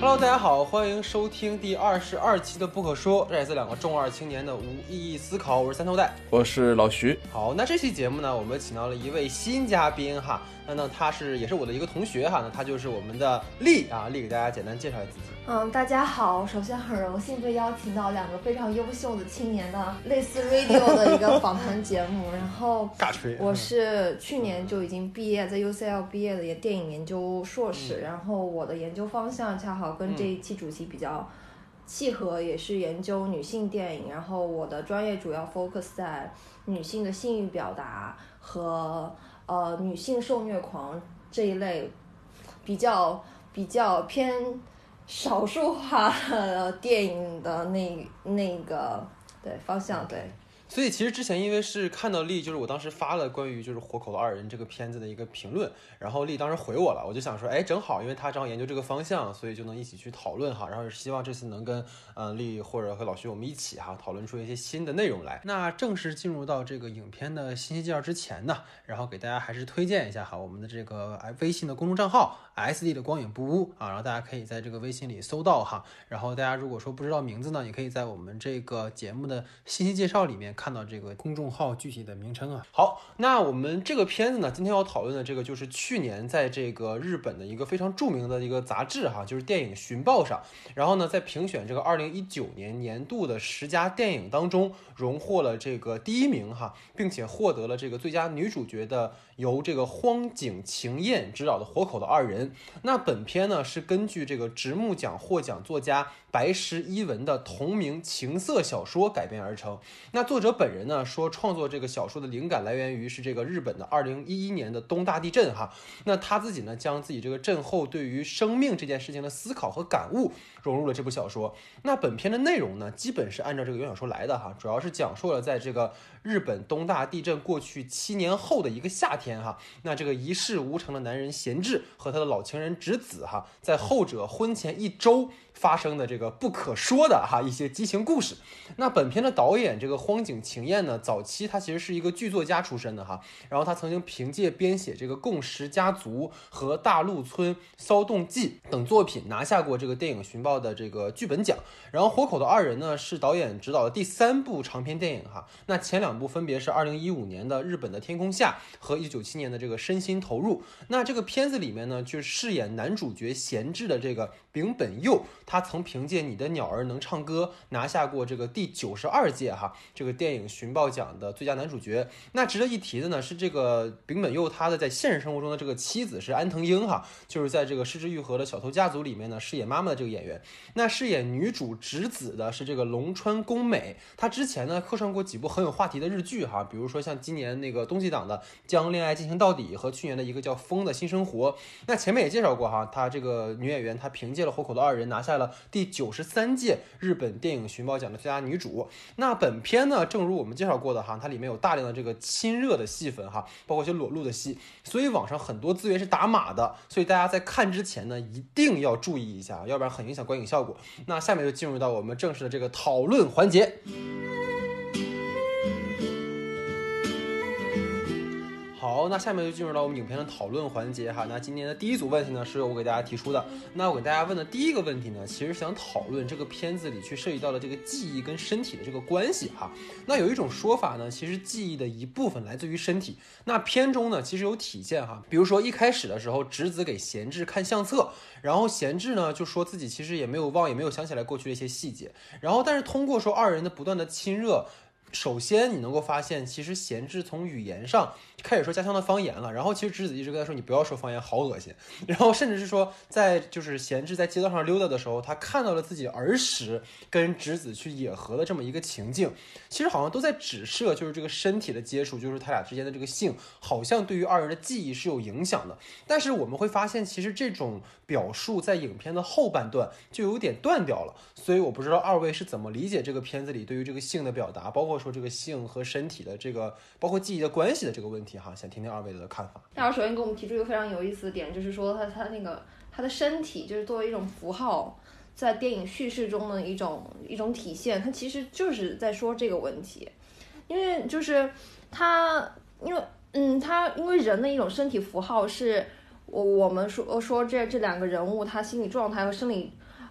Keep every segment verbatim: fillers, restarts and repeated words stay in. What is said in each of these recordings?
Hello， 大家好，欢迎收听第二十二期的不可说，这也是两个中二青年的无意义思考。我是三头带， 我是老徐。 好，那这期节目呢，我们请到了一位新嘉宾哈，那呢他是也是我的一个同学哈，那他就是我们的丽啊，丽给大家简单介绍一下自己。 嗯，大家好，首先很荣幸被邀请到两个非常优秀的青年的类似 radio 的一个访谈节目，然后尬吹， 我是去年就已经毕业，在 U C L 毕业的电影研究硕士，嗯、然后我的研究方向恰好跟这一期主题比较契合，也是研究女性电影，然后我的专业主要 focus 在女性的性欲表达和呃女性受虐狂这一类比较比较偏少数化的电影的那那个对方向对。 所以其实之前因为是看到丽，就是我当时发了关于就是活口的二人这个片子的一个评论，然后丽当时回我了，我就想说，哎，正好，因为他正好研究这个方向，所以就能一起去讨论哈，然后希望这次能跟呃丽或者和老徐我们一起哈讨论出一些新的内容来。那正式进入到这个影片的信息介绍之前呢，然后给大家还是推荐一下哈我们的这个微信的公众账号 S D 的光影不污啊，然后大家可以在这个微信里搜到哈，然后大家如果说不知道名字呢，也可以在我们这个节目的信息介绍里面看到这个公众号具体的名称啊。好，那我们这个片子呢，今天要讨论的这个就是去年在这个日本的一个非常著名的一个杂志哈，就是电影寻报上，然后呢在评选这个二零一九年年度的十佳电影当中荣获了这个第一名哈，并且获得了这个最佳女主角的由这个荒井晴彦执导的活口的二人。那本片呢是根据这个直木奖获奖作家白石一文的同名情色小说改编而成。那作者本人呢说创作这个小说的灵感来源于是这个日本的二零一一年的东大地震哈。那他自己呢将自己这个震后对于生命这件事情的思考和感悟融入了这部小说。那本片的内容呢基本是按照这个原小说来的哈，主要是讲述了在这个日本东大地震过去七年后的一个夏天哈，那这个一事无成的男人贤治和他的老情人直子哈，在后者婚前一周发生的这个不可说的哈一些激情故事。那本片的导演这个荒井晴彦呢，早期他其实是一个剧作家出身的哈，然后他曾经凭借编写这个共识家族和大陆村骚动记等作品拿下过这个电影寻报的这个剧本奖。然后活口的二人呢是导演执导的第三部长篇电影哈，那前两部分别是二零一五年的日本的天空下和一九九七年的这个身心投入。那这个片子里面呢，就饰演男主角贤治的这个丙本佑，他曾凭借你的鸟儿能唱歌拿下过这个第九十二届哈这个电影寻报奖的最佳男主角。那值得一提的呢是这个丙本佑他的在现实生活中的这个妻子是安藤英哈，就是在这个失之愈合的小偷家族里面呢饰演妈妈的这个演员。那饰演女主直子的是这个龙川宫美，她之前呢客串过几部很有话题的日剧哈，比如说像今年那个冬季档的将恋爱进行到底和去年的一个叫风的新生活。那前面也介绍过哈，她这个女演员她凭借了活口的二人拿下了第九十三届日本电影寻报奖的最佳女主。那本片呢正如我们介绍过的哈，它里面有大量的这个亲热的戏份哈，包括一些裸露的戏，所以网上很多资源是打码的，所以大家在看之前呢一定要注意一下，要不然很影响观影效果。那下面就进入到我们正式的这个讨论环节。好，那下面就进入到我们影片的讨论环节哈。那今天的第一组问题呢，是由我给大家提出的。那我给大家问的第一个问题呢，其实想讨论这个片子里去涉及到的这个记忆跟身体的这个关系哈。那有一种说法呢，其实记忆的一部分来自于身体。那片中呢，其实有体现哈。比如说一开始的时候，直子给贤治看相册，然后贤治呢就说自己其实也没有忘，也没有想起来过去的一些细节。然后但是通过说二人的不断的亲热，首先你能够发现其实贤治从语言上开始说家乡的方言了，然后其实直子一直跟他说你不要说方言好恶心，然后甚至是说在就是贤治在街道上溜达的时候，他看到了自己儿时跟直子去野合的这么一个情境，其实好像都在指涉就是这个身体的接触，就是他俩之间的这个性好像对于二人的记忆是有影响的。但是我们会发现其实这种表述在影片的后半段就有点断掉了，所以我不知道二位是怎么理解这个片子里对于这个性的表达，包括说这个性和身体的这个包括记忆的关系的这个问题哈，想听听二位的看法。 那我首先给我们提出一个非常有意思的点，就是说他他那个他的身体就是作为一种符号，在电影叙事中的一种一种体现，它其实就是在说这个问题，因为就是他因为嗯他因为人的一种身体符号是我我们说说这这两个人物他心理状态和生理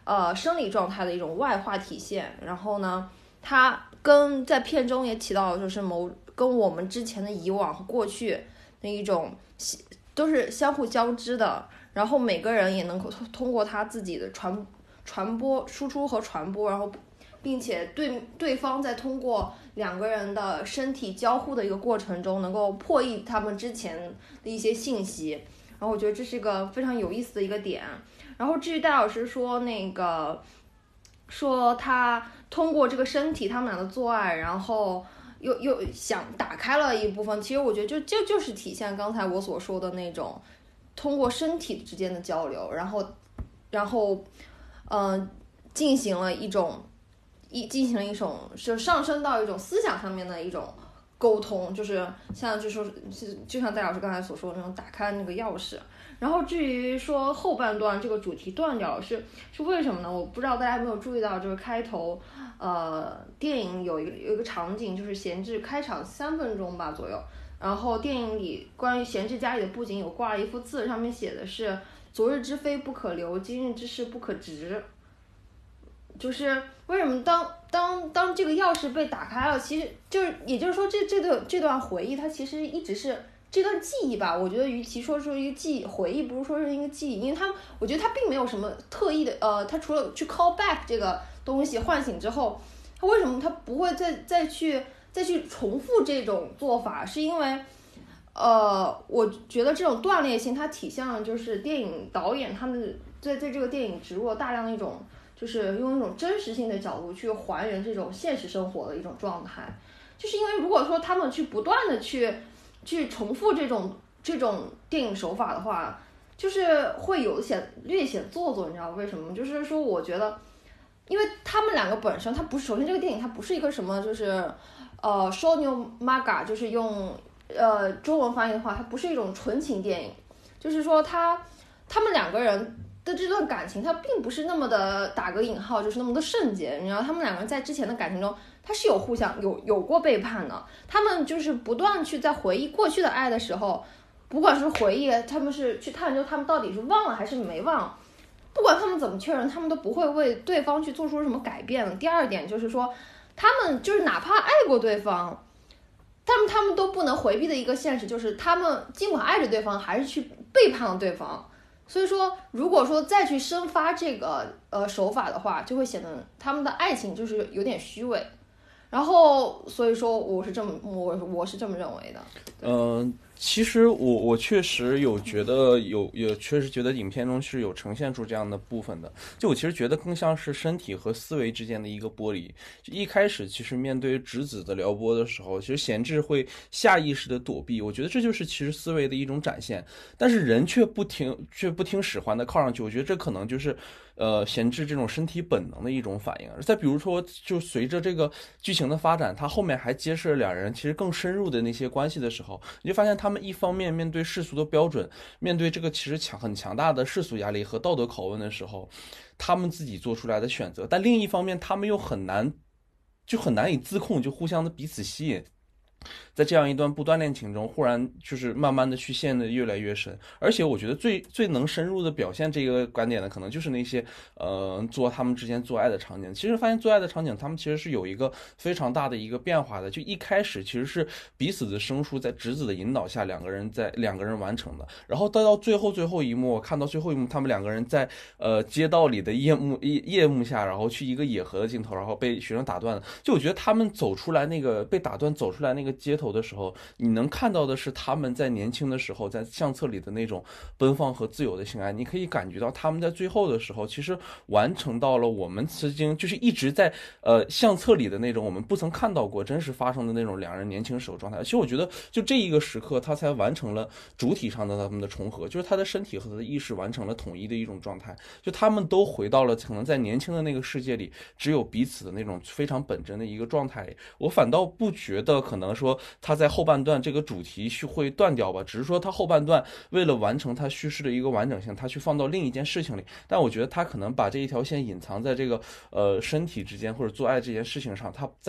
呃生理状态的一种外化体现。然后呢，它跟在片中也提到，就是某跟我们之前的以往和过去的一种都是相互交织的。然后每个人也能够通过他自己的传传播、输出和传播，然后并且对对方在通过两个人的身体交互的一个过程中，能够破译他们之前的一些信息。然后我觉得这是一个非常有意思的一个点。然后至于戴老师说那个说他通过这个身体他们俩的做爱，然后又又想打开了一部分，其实我觉得就就就是体现刚才我所说的那种通过身体之间的交流，然后然后嗯、呃、进行了一种一进行了一种就上升到一种思想上面的一种沟通，就是像就说就像戴老师刚才所说的那种打开那个钥匙。然后至于说后半段这个主题断掉是是为什么呢？我不知道大家有没有注意到，就是开头呃电影有一个有一个场景，就是闲置开场三分钟吧左右，然后电影里关于闲置家里的布景有挂了一幅字，上面写的是昨日之非不可留，今日之事不可执。就是为什么当当当这个钥匙被打开了，其实就是也就是说这这段这段回忆它其实一直是这段记忆吧。我觉得与其说是一个记忆回忆，不如说是一个记忆，因为它我觉得它并没有什么特意的呃，它除了去 call back 这个东西唤醒之后，它为什么它不会再再去再去重复这种做法，是因为呃，我觉得这种断裂性它体现了就是电影导演他们在在这个电影植入了大量的一种就是用一种真实性的角度去还原这种现实生活的一种状态。就是因为如果说他们去不断的去去重复这种这种电影手法的话，就是会有些略显做作，你知道为什么？就是说我觉得因为他们两个本身它不是，首先这个电影它不是一个什么就是呃 shoujo manga， 就是用呃中文翻译的话，它不是一种纯情电影，就是说他他们两个人的这段感情它并不是那么的打个引号就是那么的圣洁。你知道他们两个人在之前的感情中他是有互相有有过背叛的，他们就是不断去在回忆过去的爱的时候，不管是回忆他们是去探究他们到底是忘了还是没忘，不管他们怎么确认他们都不会为对方去做出什么改变。第二点就是说他们就是哪怕爱过对方，他们他们都不能回避的一个现实就是他们尽管爱着对方还是去背叛了对方。所以说如果说再去深发这个呃手法的话，就会显得他们的爱情就是有点虚伪。然后所以说我是这么我我是这么认为的。 嗯、呃，其实我我确实有觉得有也确实觉得影片中是有呈现出这样的部分的。就我其实觉得更像是身体和思维之间的一个剥离。就一开始其实面对直子的撩拨的时候，其实贤治会下意识的躲避，我觉得这就是其实思维的一种展现，但是人却不听却不听使唤的靠上去，我觉得这可能就是呃贤治这种身体本能的一种反应。再比如说就随着这个剧情的发展，他后面还揭示了两人其实更深入的那些关系的时候，你就发现他们一方面面对世俗的标准，面对这个其实强很强大的世俗压力和道德拷问的时候，他们自己做出来的选择，但另一方面他们又很难就很难以自控，就互相的彼此吸引，在这样一段不断恋情中，忽然就是慢慢的去陷得越来越深。而且我觉得最最能深入的表现这个观点的，可能就是那些呃做他们之间做爱的场景。其实发现做爱的场景，他们其实是有一个非常大的一个变化的。就一开始其实是彼此的生疏，在直子的引导下，两个人在两个人完成的。然后到到最后最后一幕，看到最后一幕，他们两个人在呃街道里的夜幕夜夜幕下，然后去一个野河的镜头，然后被学生打断了。就我觉得他们走出来那个被打断走出来那个街头的时候，你能看到的是他们在年轻的时候在相册里的那种奔放和自由的性爱。你可以感觉到他们在最后的时候其实完成到了我们曾经就是一直在呃相册里的那种我们不曾看到过真实发生的那种两人年轻时候状态。其实我觉得就这一个时刻他才完成了主体上的他们的重合，就是他的身体和他的意识完成了统一的一种状态，就他们都回到了可能在年轻的那个世界里只有彼此的那种非常本真的一个状态。我反倒不觉得可能说他在后半段这个主题会断掉吧，只是说他后半段为了完成他叙事的一个完整性，他去放到另一件事情里。但我觉得他可能把这一条线隐藏在这个呃身体之间或者做爱这件事情上，他在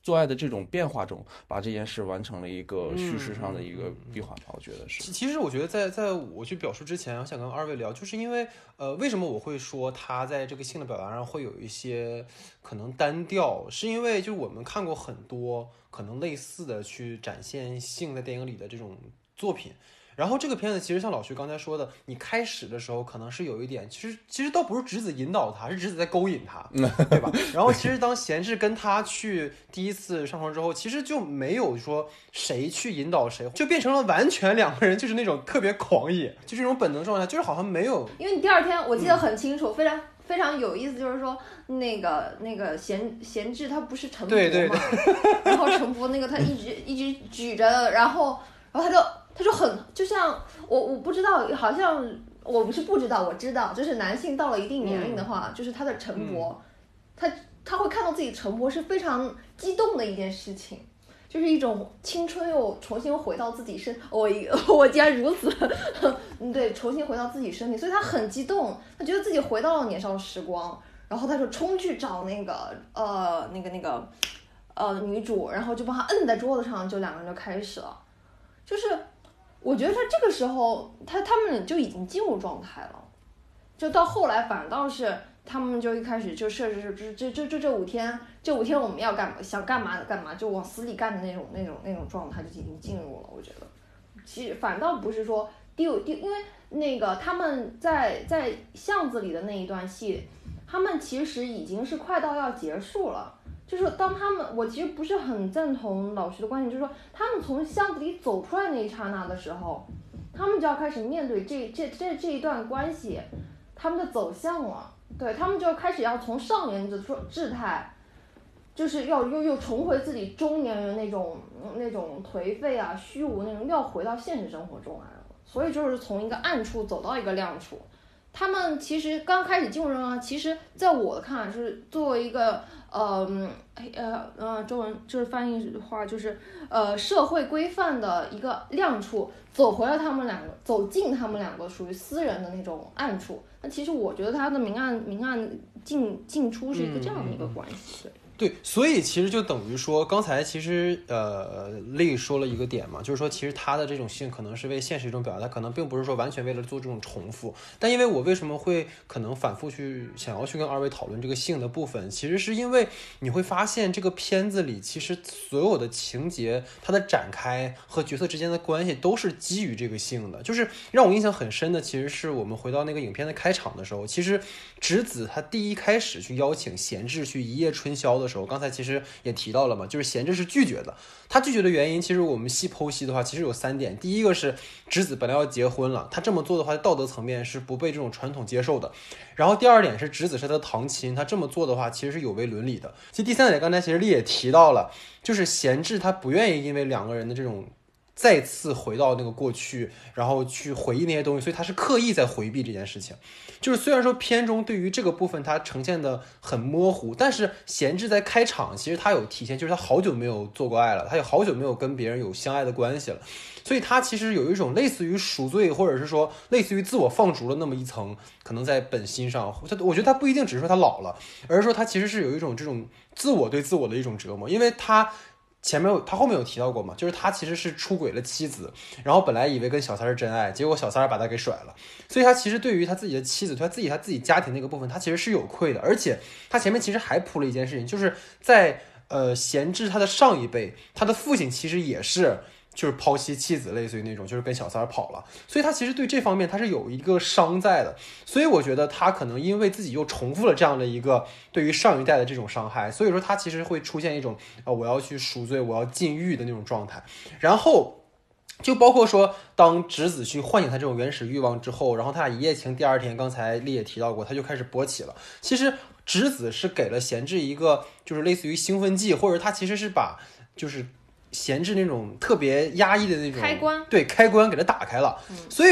做爱的这种变化中，把这件事完成了一个叙事上的一个闭环吧，我觉得是。 其实我觉得在在我去表述之前，我想跟二位聊，就是因为呃，为什么我会说他在这个性的表达上会有一些可能单调，是因为就是我们看过很多可能类似的去展现性在电影里的这种作品。然后这个片子其实像老徐刚才说的，你开始的时候可能是有一点，其实其实倒不是直子引导他，是直子在勾引他，对吧？然后其实当贤治跟他去第一次上床之后，其实就没有说谁去引导谁，就变成了完全两个人就是那种特别狂野，就这种本能状态，就是好像没有。 因为你第二天我记得很清楚，嗯、非常非常有意思，就是说那个那个贤贤治他不是陈伯嘛， 对对对， 然后陈伯那个他一直一直举着，然后然后他就。他就很就像我我不知道，好像我不是不知道，我知道，就是男性到了一定年龄的话，嗯、就是他的晨勃，嗯、他他会看到自己晨勃是非常激动的一件事情，就是一种青春又重新回到自己身，我我既然如此，对，重新回到自己身体，所以他很激动，他觉得自己回到了年少时光，然后他就冲去找那个呃那个那个呃女主，然后就帮他摁在桌子上，就两个人就开始了，就是。我觉得他这个时候，他他们就已经进入状态了，就到后来反倒是他们就一开始就设置这这这这这五天，这五天我们要干嘛，想干嘛干嘛，就往死里干的那种那种那种状态就已经进入了。我觉得，其实反倒不是说第第，因为那个他们在在巷子里的那一段戏，他们其实已经是快到要结束了。就是当他们，我其实不是很赞同老徐的观点，就是说他们从巷子里走出来那一刹那的时候，他们就要开始面对这这这这一段关系，他们的走向了，对他们就开始要从少年的姿态，就是要又又重回自己中年人那种那种颓废啊、虚无那种，要回到现实生活中来了。所以就是从一个暗处走到一个亮处。他们其实刚开始进入啊，其实在我的看来是作为一个呃呃呃中文就是翻译的话就是呃社会规范的一个亮处，走回了他们两个，走进他们两个属于私人的那种暗处。那其实我觉得他的明暗明暗进进出是一个这样的一个关系。嗯对，所以其实就等于说，刚才其实呃，丽说了一个点嘛，就是说，其实他的这种性可能是为现实一种表达，他可能并不是说完全为了做这种重复。但因为我为什么会可能反复去想要去跟二位讨论这个性的部分，其实是因为你会发现这个片子里其实所有的情节，它的展开和角色之间的关系都是基于这个性的。就是让我印象很深的，其实是我们回到那个影片的开场的时候，其实直子他第一开始去邀请贤治去一夜春宵的时候，刚才其实也提到了嘛，就是贤治是拒绝的。他拒绝的原因，其实我们细剖析的话，其实有三点。第一个是直子本来要结婚了，他这么做的话，道德层面是不被这种传统接受的。然后第二点是直子是他的堂亲，他这么做的话，其实是有违伦理的。其实第三点，刚才其实丽也提到了，就是贤治他不愿意因为两个人的这种再次回到那个过去，然后去回忆那些东西，所以他是刻意在回避这件事情。就是虽然说片中对于这个部分它呈现的很模糊，但是贤治在开场其实他有体现，就是他好久没有做过爱了，他有好久没有跟别人有相爱的关系了，所以他其实有一种类似于赎罪，或者是说类似于自我放逐了那么一层，可能在本心上，我觉得他不一定只是说他老了，而是说他其实是有一种这种自我对自我的一种折磨，因为他前面有他后面有提到过嘛，就是他其实是出轨了妻子，然后本来以为跟小三是真爱，结果小三把他给甩了，所以他其实对于他自己的妻子，对他自己他自己家庭那个部分，他其实是有愧的。而且他前面其实还铺了一件事情，就是在呃贤治他的上一辈，他的父亲其实也是就是抛妻弃子，类似于那种就是跟小三跑了，所以他其实对这方面他是有一个伤在的。所以我觉得他可能因为自己又重复了这样的一个对于上一代的这种伤害，所以说他其实会出现一种呃我要去赎罪，我要禁欲的那种状态。然后就包括说当直子去唤醒他这种原始欲望之后，然后他俩一夜情，第二天刚才丽也提到过，他就开始勃起了。其实直子是给了贤治一个就是类似于兴奋剂，或者他其实是把就是贤治那种特别压抑的那种开关， 对开关给他打开了。嗯、所以说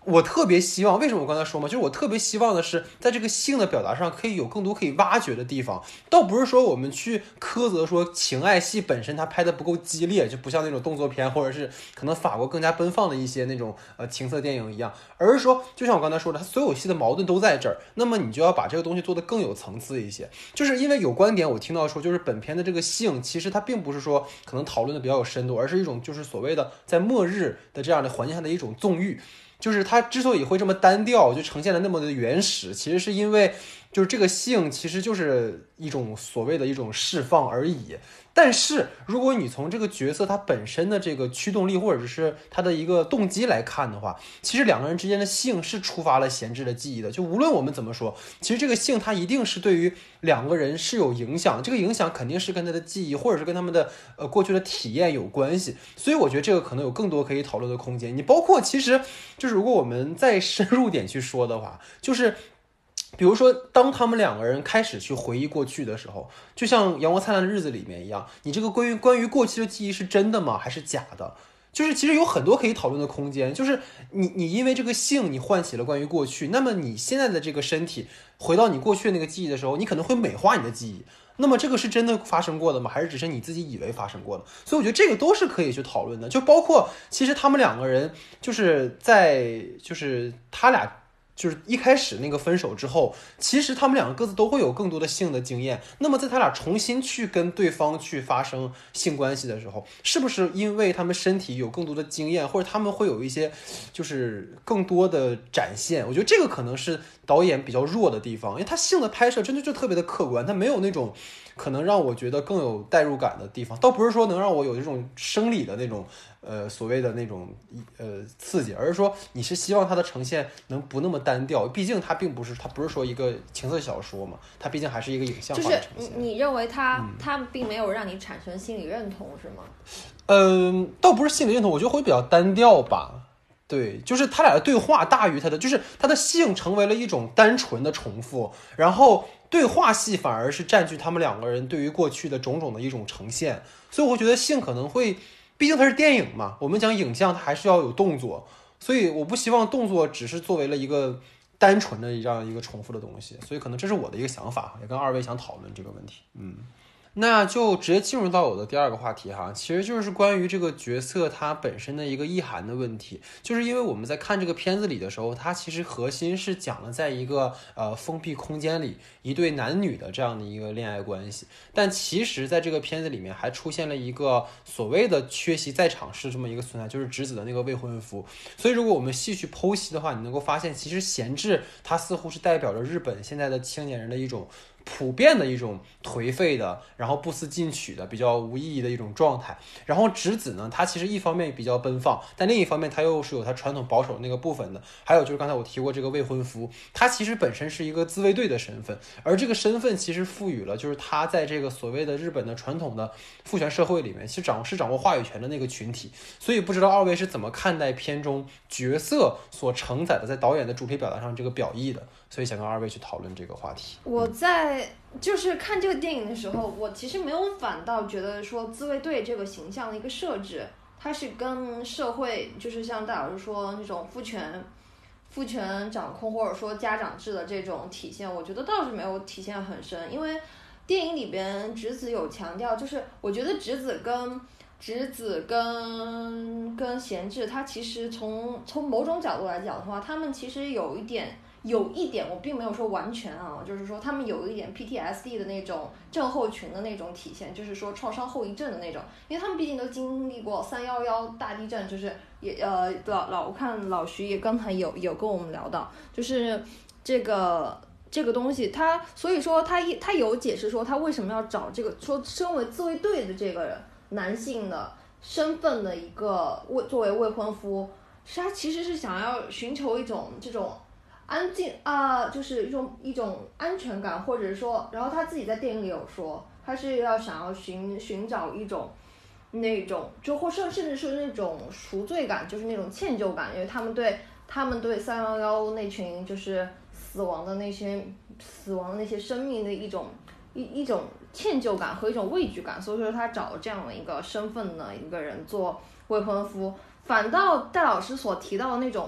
我特别希望，为什么我刚才说嘛，就是我特别希望的是，在这个性的表达上可以有更多可以挖掘的地方，倒不是说我们去苛责说情爱戏本身它拍的不够激烈，就不像那种动作片或者是可能法国更加奔放的一些那种呃情色电影一样，而是说就像我刚才说的，它所有戏的矛盾都在这儿，那么你就要把这个东西做得更有层次一些。就是因为有观点我听到说，就是本片的这个性其实它并不是说可能讨论的比较有深度，而是一种就是所谓的在末日的这样的环境下的一种纵欲。就是它之所以会这么单调，就呈现的那么的原始，其实是因为就是这个性其实就是一种所谓的一种释放而已。但是如果你从这个角色他本身的这个驱动力或者是他的一个动机来看的话，其实两个人之间的性是触发了闲置的记忆的。就无论我们怎么说，其实这个性它一定是对于两个人是有影响，这个影响肯定是跟他的记忆或者是跟他们的呃过去的体验有关系。所以我觉得这个可能有更多可以讨论的空间。你包括其实就是如果我们再深入点去说的话，就是比如说当他们两个人开始去回忆过去的时候，就像阳光灿烂的日子里面一样，你这个关于关于过去的记忆是真的吗还是假的，就是其实有很多可以讨论的空间。就是你你因为这个性你唤起了关于过去，那么你现在的这个身体回到你过去的那个记忆的时候，你可能会美化你的记忆，那么这个是真的发生过的吗？还是只是你自己以为发生过的？所以我觉得这个都是可以去讨论的。就包括其实他们两个人就是在就是他俩就是一开始那个分手之后，其实他们两个各自都会有更多的性的经验。那么在他俩重新去跟对方去发生性关系的时候，是不是因为他们身体有更多的经验，或者他们会有一些就是更多的展现？我觉得这个可能是导演比较弱的地方，因为他性的拍摄真的就特别的客观，他没有那种可能让我觉得更有代入感的地方。倒不是说能让我有这种生理的那种呃所谓的那种呃刺激，而是说你是希望它的呈现能不那么单调，毕竟它并不是它不是说一个情色小说嘛，它毕竟还是一个影像化的呈现。 就是你认为它、嗯、它并没有让你产生心理认同是吗？ 嗯、呃，倒不是心理认同，我觉得会比较单调吧。对，就是他俩的对话大于他的，就是他的性成为了一种单纯的重复，然后对话戏反而是占据他们两个人对于过去的种种的一种呈现。所以我会觉得性可能会，毕竟它是电影嘛，我们讲影像它还是要有动作，所以我不希望动作只是作为了一个单纯的这样一个重复的东西，所以可能这是我的一个想法，也跟二位想讨论这个问题。嗯。那就直接进入到我的第二个话题哈，其实就是关于这个角色它本身的一个意涵的问题。就是因为我们在看这个片子里的时候，它其实核心是讲了在一个呃封闭空间里一对男女的这样的一个恋爱关系，但其实在这个片子里面还出现了一个所谓的缺席在场是这么一个存在，就是直子的那个未婚夫。所以如果我们细去剖析的话，你能够发现其实闲置它似乎是代表着日本现在的青年人的一种普遍的一种颓废的，然后不思进取的，比较无意义的一种状态。然后直子呢，他其实一方面比较奔放，但另一方面他又是有他传统保守那个部分的。还有就是刚才我提过这个未婚夫，他其实本身是一个自卫队的身份，而这个身份其实赋予了就是他在这个所谓的日本的传统的父权社会里面，其实掌握是掌握话语权的那个群体。所以不知道二位是怎么看待片中角色所承载的在导演的主题表达上这个表意的？所以想跟二位去讨论这个话题。 我在就是看这个电影的时候，我其实没有反倒觉得说自卫队这个形象的一个设置，它是跟社会就是像戴老师说那种父权父权掌控或者说家长制的这种体现，我觉得倒是没有体现很深。因为电影里边直子有强调，就是我觉得直子跟直子跟跟贤治，他其实从从某种角度来讲的话，他们其实有一点有一点，我并没有说完全啊，就是说他们有一点 P T S D 的那种症候群的那种体现，就是说创伤后遗症的那种，因为他们毕竟都经历过三一一大地震，就是也呃老老我看老徐也刚才有有跟我们聊到，就是这个这个东西，他所以说他他有解释说他为什么要找这个说身为自卫队的这个男性的身份的一个未作为未婚夫，是他其实是想要寻求一种这种安静啊、呃，就是一种一种安全感，或者说，然后他自己在电影里有说，他是要想要寻寻找一种那种，就或甚甚至是那种赎罪感，就是那种歉疚感，因为他们对他们对三一一那群就是死亡的那些死亡的那些生命的一种一一种歉疚感和一种畏惧感，所以说他找这样的一个身份的一个人做未婚夫。反倒戴老师所提到的那种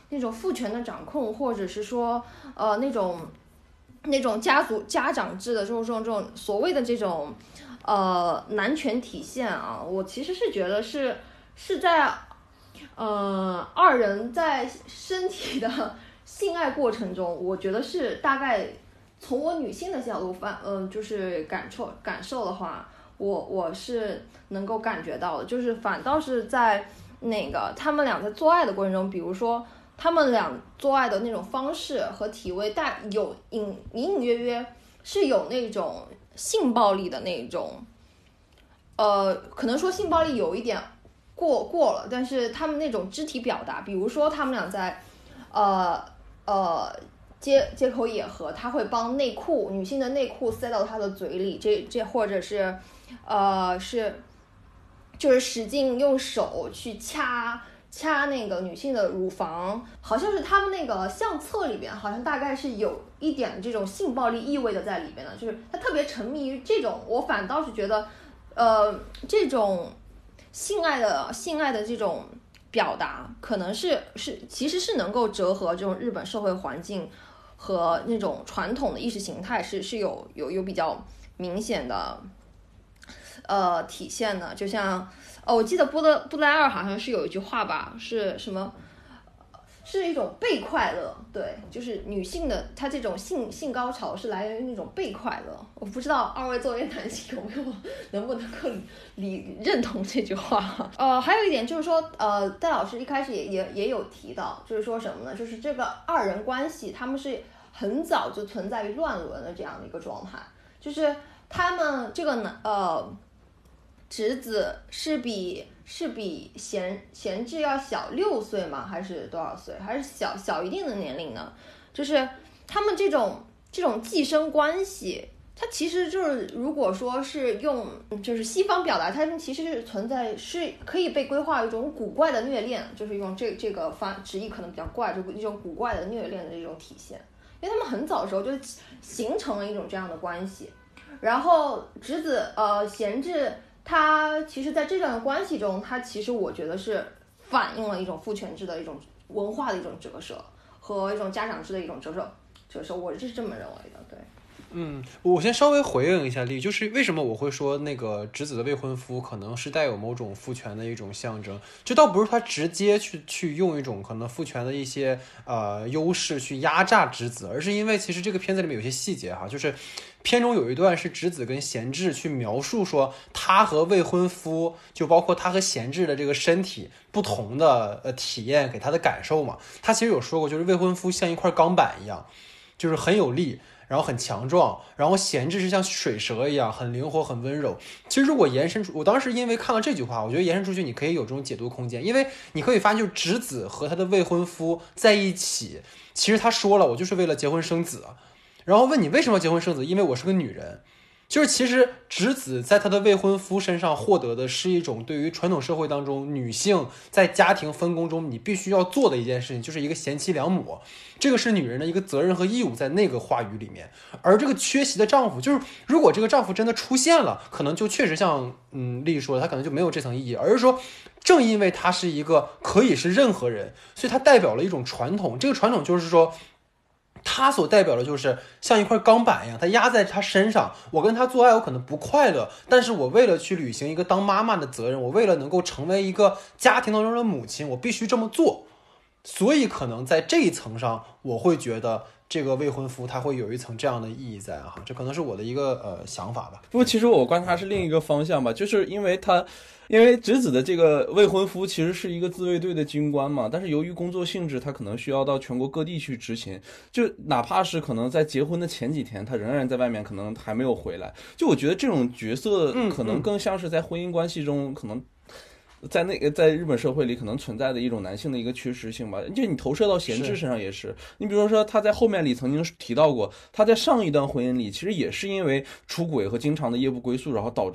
那种父权的掌控，或者是说呃那种那种家族家长制的这种这种这种所谓的这种呃男权体现啊，我其实是觉得是是在呃二人在身体的性爱过程中，我觉得是大概从我女性的角度反嗯、呃、就是感受感受的话，我我是能够感觉到的，就是反倒是在那个他们俩在做爱的过程中，比如说他们俩做爱的那种方式和体位带有隐隐隐约约是有那种性暴力的那种，呃，可能说性暴力有一点过过了，但是他们那种肢体表达，比如说他们俩在呃呃接接口野合，他会帮内裤女性的内裤塞到他的嘴里，这这或者是呃是就是使劲用手去掐掐那个女性的乳房，好像是他们那个相册里边好像大概是有一点这种性暴力意味的在里边的，就是他特别沉迷于这种，我反倒是觉得呃这种性爱的性爱的这种表达可能是是其实是能够折合这种日本社会环境和那种传统的意识形态是是有有有比较明显的呃体现的。就像哦，我记得波德布莱尔好像是有一句话吧，是什么？是一种被快乐，对，就是女性的她这种性性高潮是来源于那种被快乐。我不知道二位作为男性有没有能不能够理认同这句话。呃，还有一点就是说，呃，戴老师一开始也也也有提到，就是说什么呢？就是这个二人关系，他们是很早就存在于乱伦的这样的一个状态，就是他们这个男呃直子是比。是比贤贤治要小六岁吗？还是多少岁？还是小小一定的年龄呢？就是他们这种这种寄生关系，它其实就是如果说是用就是西方表达，它们其实是存在是可以被规划一种古怪的虐恋，就是用这这个翻直译可能比较怪，就一种古怪的虐恋的这种体现，因为他们很早的时候就形成了一种这样的关系，然后直子呃贤治。他其实在这段关系中，他其实我觉得是反映了一种父权制的一种文化的一种折射和一种家长制的一种折射折射，我是这么认为的。对， 嗯，我先稍微回应一下丽，就是为什么我会说那个直子的未婚夫可能是带有某种父权的一种象征，这倒不是他直接去去用一种可能父权的一些呃优势去压榨直子，而是因为其实这个片子里面有些细节哈，就是片中有一段是直子跟贤治去描述说他和未婚夫，就包括他和贤治的这个身体不同的呃体验给他的感受嘛。他其实有说过，就是未婚夫像一块钢板一样，就是很有力，然后很强壮，然后贤治是像水蛇一样很灵活很温柔。其实如果延伸出，我当时因为看了这句话，我觉得延伸出去你可以有这种解读空间，因为你可以发现就是直子和他的未婚夫在一起，其实他说了我就是为了结婚生子，然后问你为什么要结婚生子，因为我是个女人。就是其实直子在她的未婚夫身上获得的是一种对于传统社会当中女性在家庭分工中你必须要做的一件事情，就是一个贤妻良母，这个是女人的一个责任和义务在那个话语里面。而这个缺席的丈夫，就是如果这个丈夫真的出现了，可能就确实像嗯丽说的，他可能就没有这层意义，而是说正因为他是一个可以是任何人，所以他代表了一种传统，这个传统就是说他所代表的就是像一块钢板一样，他压在他身上，我跟他做爱我可能不快乐，但是我为了去履行一个当妈妈的责任，我为了能够成为一个家庭当中的母亲，我必须这么做。所以可能在这一层上我会觉得这个未婚夫他会有一层这样的意义在哈，这可能是我的一个呃想法吧。 不过其实我观察是另一个方向吧，就是因为他因为直子的这个未婚夫其实是一个自卫队的军官嘛，但是由于工作性质他可能需要到全国各地去执勤，就哪怕是可能在结婚的前几天他仍然在外面，可能还没有回来。就我觉得这种角色可能更像是在婚姻关系中可能在那个在日本社会里可能存在的一种男性的一个缺失性吧，就你投射到贤治身上也是。你比如说他在后面里曾经提到过，他在上一段婚姻里其实也是因为出轨和经常的夜不归宿，然后导致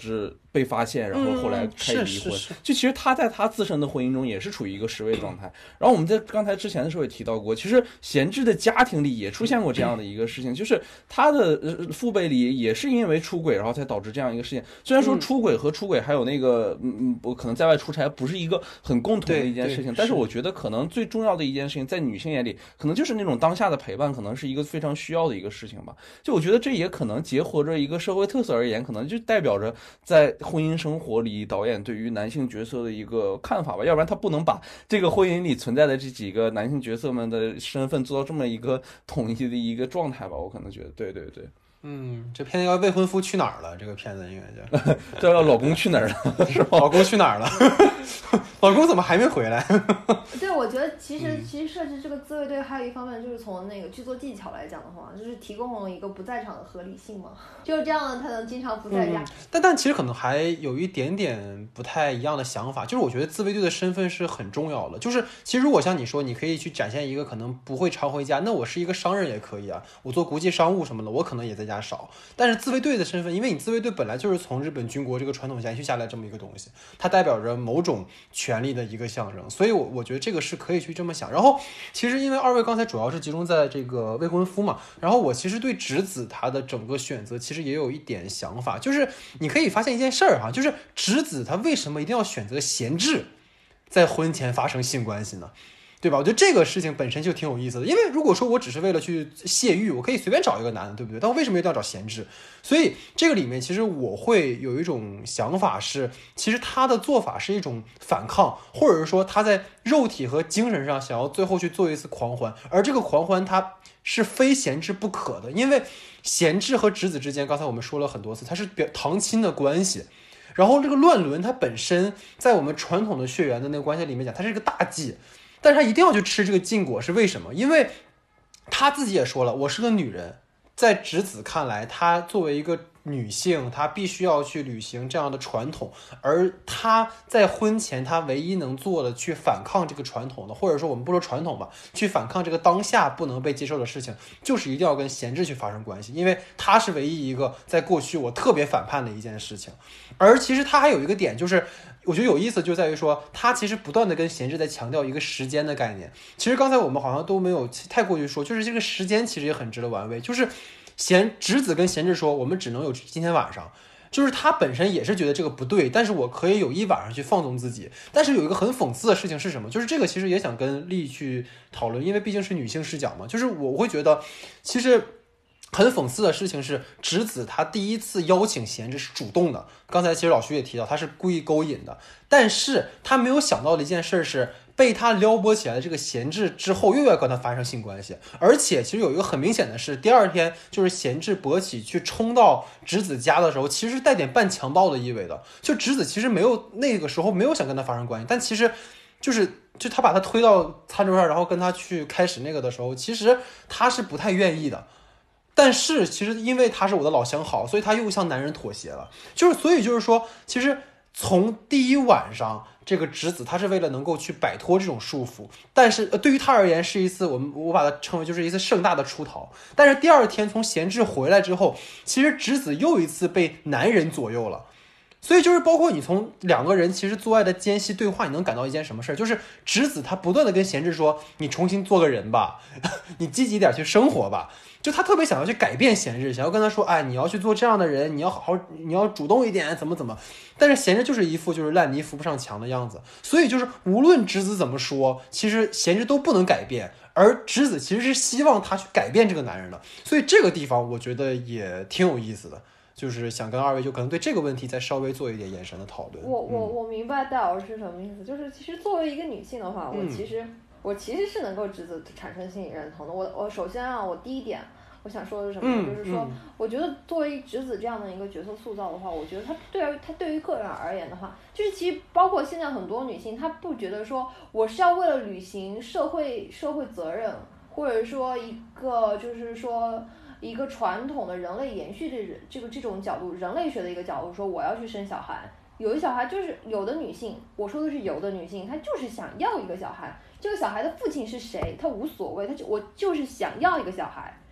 被发现，然后后来开始离婚。 嗯、 就其实他在他自身的婚姻中也是处于一个失位状态。然后我们在刚才之前的时候也提到过，其实贤治的家庭里也出现过这样的一个事情，就是他的父辈里也是因为出轨，然后才导致这样一个事情。虽然说出轨和出轨还有那个嗯嗯，我可能在外出差不是一个很共同的一件事情，但是我觉得可能最重要的一件事情，在女性眼里，可能就是那种当下的陪伴，可能是一个非常需要的一个事情吧。就我觉得这也可能结合着一个社会特色而言，可能就代表着在婚姻生活里导演对于男性角色的一个看法吧，要不然他不能把这个婚姻里存在的这几个男性角色们的身份做到这么一个统一的一个状态吧，我可能觉得对对对。 嗯，这片子叫未婚夫去哪儿了？这个片子应该叫这叫老公去哪儿了？是吧？ 老公去哪儿了？老公怎么还没回来？ 对，我觉得其实、嗯、其实设置这个自卫队还有一方面就是从那个剧作技巧来讲的话，就是提供了一个不在场的合理性嘛，就是这样他能经常不在家。 嗯、但但其实可能还有一点点不太一样的想法，就是我觉得自卫队的身份是很重要的。就是其实如果像你说，你可以去展现一个可能不会常回家，那我是一个商人也可以啊，我做国际商务什么的，我可能也在家少。但是自卫队的身份，因为你自卫队本来就是从日本军国这个传统延续下来这么一个东西，它代表着某种权力的一个象征，所以我我觉得这个是可以去这么想。然后其实因为二位刚才主要是集中在这个未婚夫嘛，然后我其实对直子他的整个选择其实也有一点想法，就是你可以发现一件事儿哈，就是直子他为什么一定要选择贤治在婚前发生性关系呢？对吧？我觉得这个事情本身就挺有意思的，因为如果说我只是为了去泄欲，我可以随便找一个男的，对不对？但我为什么一定要找贤治？所以这个里面其实我会有一种想法是，其实他的做法是一种反抗，或者是说他在肉体和精神上想要最后去做一次狂欢，而这个狂欢它是非贤治不可的，因为贤治和直子之间，刚才我们说了很多次，它是表堂亲的关系。然后这个乱伦它本身在我们传统的血缘的那个关系里面讲，它是一个大忌。但是他一定要去吃这个禁果，是为什么？因为他自己也说了，我是个女人，在直子看来，她作为一个女性，她必须要去履行这样的传统，而她在婚前，她唯一能做的去反抗这个传统的，或者说我们不说传统吧，去反抗这个当下不能被接受的事情，就是一定要跟贤治去发生关系，因为她是唯一一个在过去我特别反叛的一件事情。而其实她还有一个点，就是我觉得有意思就在于说，他其实不断的跟贤治在强调一个时间的概念。其实刚才我们好像都没有太过于说，就是这个时间其实也很值得玩味。就是贤直子跟贤治说，我们只能有今天晚上。就是他本身也是觉得这个不对，但是我可以有一晚上去放纵自己。但是有一个很讽刺的事情是什么？就是这个其实也想跟丽去讨论，因为毕竟是女性视角嘛。就是我会觉得，其实很讽刺的事情是，直子他第一次邀请贤治是主动的。刚才其实老徐也提到，他是故意勾引的，但是他没有想到的一件事是，被他撩拨起来的这个贤治之后，又要跟他发生性关系。而且其实有一个很明显的是，第二天就是贤治勃起去冲到直子家的时候，其实带点半强暴的意味的。就直子其实没有那个时候没有想跟他发生关系，但其实就是就他把他推到餐桌上，然后跟他去开始那个的时候，其实他是不太愿意的。但是其实因为他是我的老相好，所以他又向男人妥协了。就是所以就是说，其实从第一晚上，这个直子他是为了能够去摆脱这种束缚，但是呃对于他而言是一次我们我把它称为就是一次盛大的出逃。但是第二天从贤治回来之后，其实直子又一次被男人左右了。所以就是包括你从两个人其实做爱的间隙对话，你能感到一件什么事儿？就是直子他不断的跟贤治说，你重新做个人吧，你积极点去生活吧。就他特别想要去改变贤治，想要跟他说，哎，你要去做这样的人，你要好好，你要主动一点，怎么怎么。但是贤治就是一副就是烂泥扶不上墙的样子。所以就是无论直子怎么说，其实贤治都不能改变，而直子其实是希望他去改变这个男人的。所以这个地方我觉得也挺有意思的。就是想跟二位就可能对这个问题再稍微做一点延伸的讨论。 我我我明白戴老师是什么意思，就是其实作为一个女性的话，我其实、嗯、我其实是能够直子产生心理认同的。我我首先啊，我第一点我想说的是什么、嗯、就是说、嗯、我觉得作为直子这样的一个角色塑造的话，我觉得他对于他对于个人而言的话，就是其实包括现在很多女性，她不觉得说我是要为了履行社会社会责任，或者说一个就是说一个传统的人类延续的这个这种角度，人类学的一个角度，说我要去生小孩。有的小孩就是有的女性，我说的是有的女性，她就是想要一个小孩，这个小孩的父亲是谁，她无所谓，她就我就是想要一个小孩。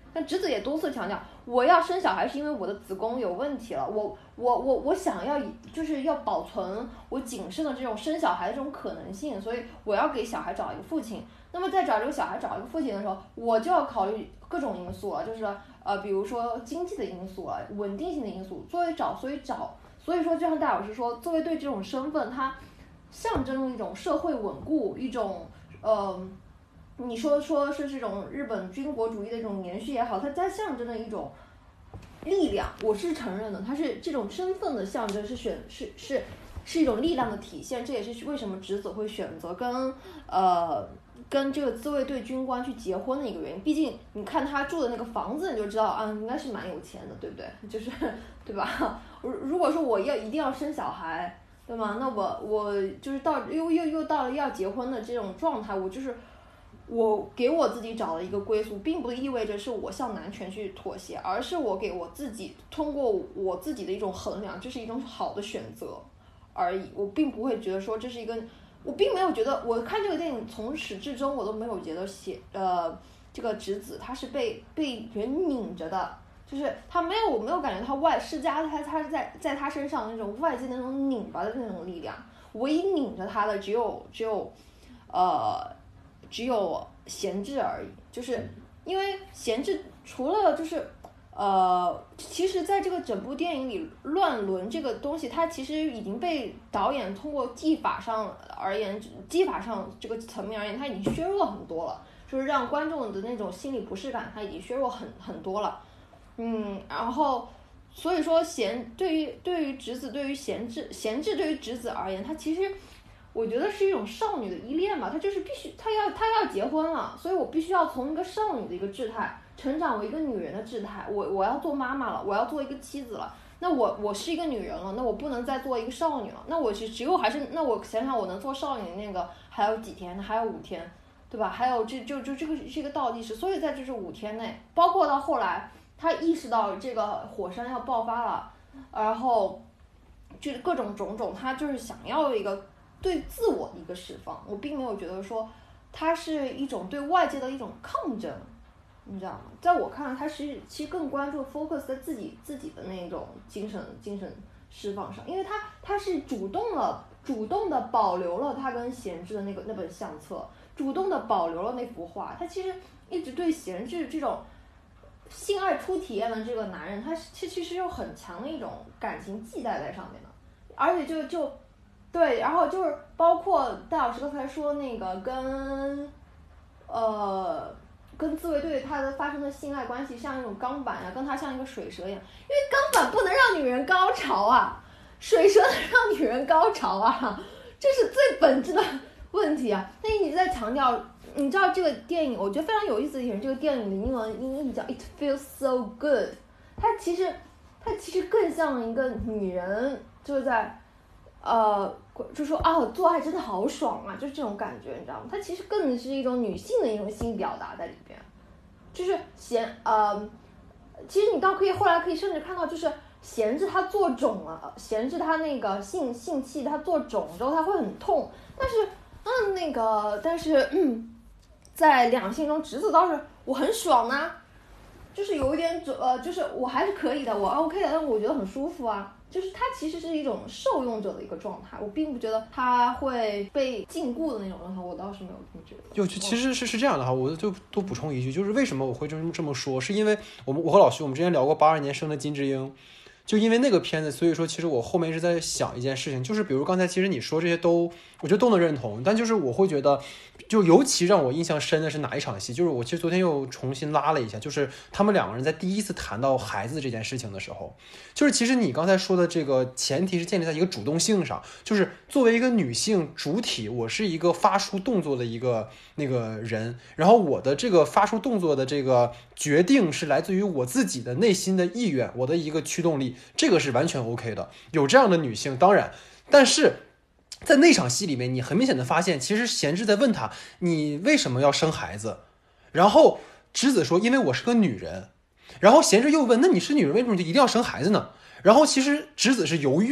但直子也多次强调，我要生小孩是因为我的子宫有问题了，我我我我想要就是要保存我谨慎的这种生小孩的这种可能性，所以我要给小孩找一个父亲。那么在找这个小孩找一个父亲的时候，我就要考虑各种因素了，就是呃比如说经济的因素啊，稳定性的因素。作为找所以找所以说就像戴老师说，作为对这种身份，它象征了一种社会稳固，一种呃。你说说是这种日本军国主义的这种延续也好，它它象征的一种力量，我是承认的，它是这种身份的象征，是选是是是一种力量的体现。这也是为什么直子会选择跟呃跟这个自卫队军官去结婚的一个原因。毕竟你看他住的那个房子，你就知道啊，应该是蛮有钱的，对不对？就是对吧？如果说我要一定要生小孩，对吗？那我我就是到又又又到了要结婚的这种状态，我就是。我给我自己找了一个归宿，并不意味着是我向男权去妥协，而是我给我自己通过我自己的一种衡量，这是一种好的选择而已。我并不会觉得说这是一个，我并没有觉得，我看这个电影从始至终我都没有觉得写呃这个直子他是被被人拧着的，就是他没有我没有感觉他外施加他他在在他身上那种外界那种拧巴的那种力量，唯一拧着他的只有只有呃。只有贤治而已，就是因为贤治除了就是呃，其实在这个整部电影里，乱伦这个东西，它其实已经被导演通过技法上而言，技法上这个层面而言，它已经削弱很多了，就是让观众的那种心理不适感，它已经削弱很很多了。嗯，然后所以说贤对于对于直子对于贤治贤治对于直子而言，他其实。我觉得是一种少女的依恋吧，她就是必须，她要她要结婚了，所以我必须要从一个少女的一个姿态成长为一个女人的姿态，我我要做妈妈了，我要做一个妻子了，那我我是一个女人了，那我不能再做一个少女了，那我只只有还是那我想想我能做少女那个还有几天，还有五天，对吧？还有这就就这个是一个倒计时，所以在这是五天内，包括到后来她意识到这个火山要爆发了，然后就是各种种种，她就是想要一个。对自我的一个释放，我并没有觉得说它是一种对外界的一种抗争，你知道吗？在我看来，它是其实更关注 focus 在自己自己的那种精神精神释放上，因为他他是主动了主动的保留了他跟贤治的那个那本相册，主动的保留了那幅画，他其实一直对贤治这种性爱初体验的这个男人，他其其实有很强的一种感情寄带在上面的，而且就就。对，然后就是包括戴老师刚才说那个跟，呃，跟自卫队他的发生的性爱关系像一种钢板呀、啊，跟他像一个水蛇一样，因为钢板不能让女人高潮啊，水蛇能让女人高潮啊，这是最本质的问题啊。那你一直在强调，你知道这个电影，我觉得非常有意思的一点，这个电影的英文音译叫 It feels so good， 它其实它其实更像一个女人就是在。呃，就说啊，我做爱真的好爽啊，就是这种感觉，你知道吗？它其实更是一种女性的一种性表达在里边，就是贤呃，其实你倒可以后来可以甚至看到，就是贤治他做肿了，贤治他那个性性器他做肿之后他会很痛，但是嗯那个但是嗯，在两性中直子倒是我很爽啊，就是有一点呃，就是我还是可以的，我 OK 的，但是我觉得很舒服啊。就是它其实是一种受用者的一个状态，我并不觉得它会被禁锢的那种状态，我倒是没有这么觉得。 就其实是是这样的哈，我就多补充一句，就是为什么我会这么这么说，是因为我们我和老徐我们之前聊过八二年生的金智英，就因为那个片子，所以说其实我后面一直在想一件事情，就是比如刚才其实你说这些都，我觉得都能认同，但就是我会觉得，就尤其让我印象深的是哪一场戏，就是我其实昨天又重新拉了一下，就是他们两个人在第一次谈到孩子这件事情的时候，就是其实你刚才说的这个前提是建立在一个主动性上，就是作为一个女性主体，我是一个发出动作的一个那个人，然后我的这个发出动作的这个决定是来自于我自己的内心的意愿，我的一个驱动力，这个是完全 OK 的，有这样的女性当然，但是在那场戏里面，你很明显的发现，其实贤治在问他，你为什么要生孩子？然后直子说，因为我是个女人。然后贤治又问，那你是女人，为什么就一定要生孩子呢？然后其实直子是犹豫了，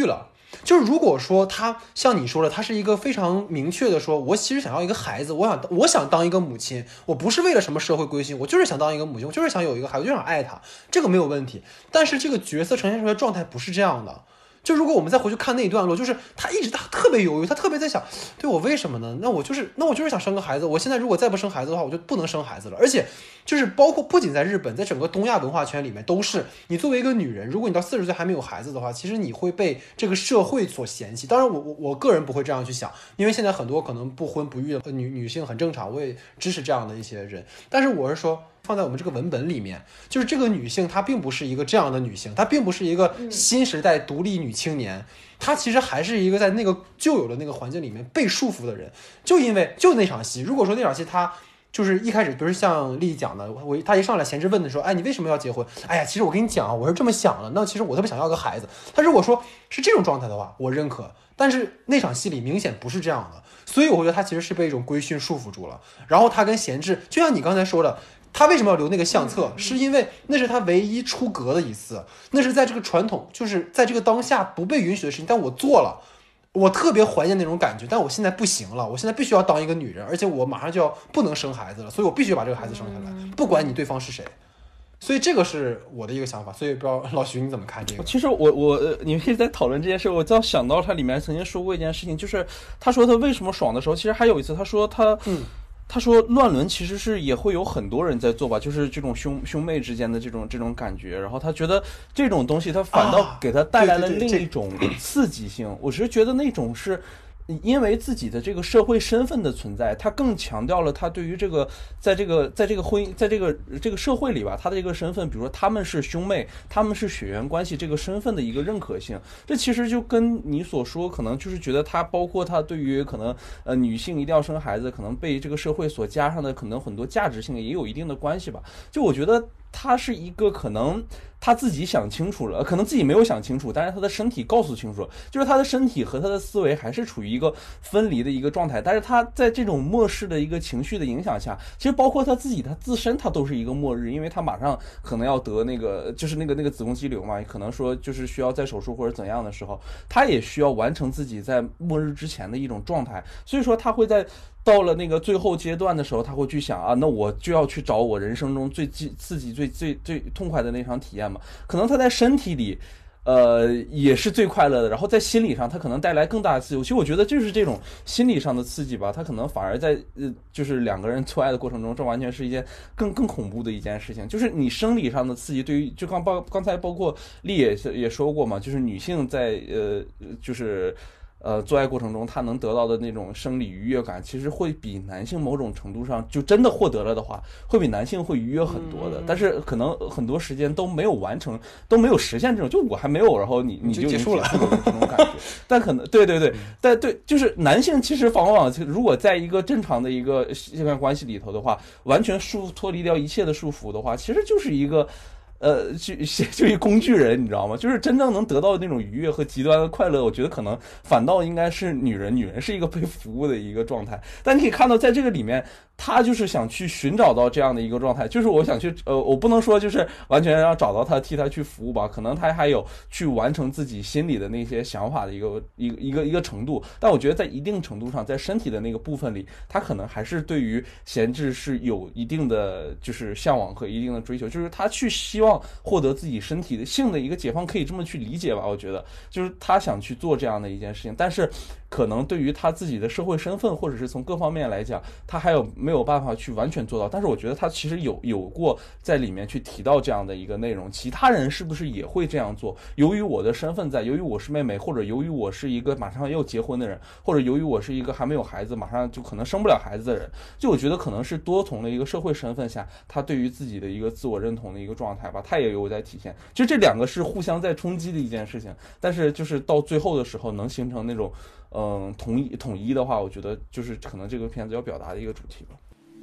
就是如果说他像你说的，他是一个非常明确的说，我其实想要一个孩子，我想我想当一个母亲，我不是为了什么社会规训，我就是想当一个母亲，我就是想有一个孩子，我就想爱他，这个没有问题。但是这个角色呈现出来的状态不是这样的。就如果我们再回去看那一段落，就是他一直他特别犹豫，他特别在想，对我为什么呢？那我就是那我就是想生个孩子，我现在如果再不生孩子的话，我就不能生孩子了。而且就是包括不仅在日本，在整个东亚文化圈里面都是，你作为一个女人，如果你到四十岁还没有孩子的话，其实你会被这个社会所嫌弃。当然我我我个人不会这样去想，因为现在很多可能不婚不育的女女性很正常，我也支持这样的一些人。但是我是说，放在我们这个文本里面，就是这个女性她并不是一个这样的女性，她并不是一个新时代独立女青年，她其实还是一个在那个旧有的那个环境里面被束缚的人。就因为就那场戏，如果说那场戏她就是一开始，比如像丽讲的，我她一上来闲置问的说，哎，你为什么要结婚？哎呀，其实我跟你讲啊，我是这么想的，那其实我特别想要个孩子。她如果说是这种状态的话，我认可。但是那场戏里明显不是这样的，所以我觉得她其实是被一种规训束缚住了。然后她跟闲置，就像你刚才说的，他为什么要留那个相册？是因为那是他唯一出格的一次，那是在这个传统，就是在这个当下不被允许的事情，但我做了，我特别怀念那种感觉，但我现在不行了，我现在必须要当一个女人，而且我马上就要不能生孩子了，所以我必须把这个孩子生下来，不管你对方是谁。所以这个是我的一个想法，所以不知道老徐你怎么看这个？ 其实我我呃，你们一直在讨论这件事，我就想到他里面曾经说过一件事情，就是他说他为什么爽的时候，其实还有一次他说他嗯。他说乱伦其实是也会有很多人在做吧，就是这种兄兄妹之间的这种这种感觉，然后他觉得这种东西他反倒给他带来了另一种刺激性。我是觉得那种是因为自己的这个社会身份的存在，他更强调了他对于这个在这个在这个婚姻在这个这个社会里吧，他的这个身份，比如说他们是兄妹，他们是血缘关系这个身份的一个认可性。这其实就跟你所说，可能就是觉得他包括他对于可能呃女性一定要生孩子，可能被这个社会所加上的可能很多价值性也有一定的关系吧。就我觉得他是一个可能他自己想清楚了，可能自己没有想清楚，但是他的身体告诉清楚了，就是他的身体和他的思维还是处于一个分离的一个状态。但是他在这种末世的一个情绪的影响下，其实包括他自己他自身他都是一个末日，因为他马上可能要得那个就是那个那个子宫肌瘤嘛，可能说就是需要再手术或者怎样的时候，他也需要完成自己在末日之前的一种状态。所以说他会在到了那个最后阶段的时候，他会去想啊，那我就要去找我人生中最刺激、最最最痛快的那场体验嘛。可能他在身体里，呃，也是最快乐的，然后在心理上，他可能带来更大的刺激。其实我觉得就是这种心理上的刺激吧，他可能反而在呃，就是两个人做爱的过程中，这完全是一件更更恐怖的一件事情。就是你生理上的刺激，对于就刚包刚才包括丽也也说过嘛，就是女性在呃，就是。呃，做爱过程中他能得到的那种生理愉悦感，其实会比男性某种程度上就真的获得了的话，会比男性会愉悦很多的。但是可能很多时间都没有完成，都没有实现这种，就我还没有，然后你你就结束了这种感觉。但可能对对对，但对，就是男性其实往往如果在一个正常的一个性爱关系里头的话，完全束脱离掉一切的束缚的话，其实就是一个。呃，就就一工具人，你知道吗？就是真正能得到那种愉悦和极端的快乐，我觉得可能反倒应该是女人，女人是一个被服务的一个状态。但你可以看到，在这个里面，他就是想去寻找到这样的一个状态，就是我想去，呃，我不能说就是完全要找到他，替他去服务吧，可能他还有去完成自己心里的那些想法的一个一个一个一个程度。但我觉得在一定程度上，在身体的那个部分里，他可能还是对于闲置是有一定的就是向往和一定的追求，就是他去希望。获得自己身体的性的一个解放，可以这么去理解吧？我觉得就是他想去做这样的一件事情，但是可能对于他自己的社会身份，或者是从各方面来讲，他还有没有办法去完全做到。但是我觉得他其实有有过在里面去提到这样的一个内容，其他人是不是也会这样做？由于我的身份在，由于我是妹妹，或者由于我是一个马上要结婚的人，或者由于我是一个还没有孩子，马上就可能生不了孩子的人，就我觉得可能是多重的一个社会身份下，他对于自己的一个自我认同的一个状态吧，他也有在体现。其实这两个是互相在冲击的一件事情，但是就是到最后的时候能形成那种嗯统一统一的话，我觉得就是可能这个片子要表达的一个主题吧。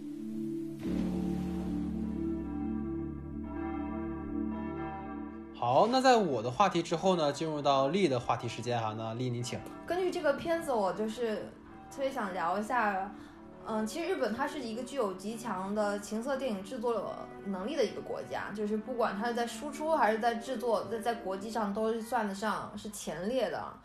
好，那在我的话题之后呢，进入到丽的话题时间哈。那丽你请。 根据这个片子，我就是特别想聊一下。嗯，其实日本它是一个具有极强的情色电影制作能力的一个国家，就是不管它是在输出还是在制作，在在国际上都算得上是前列的。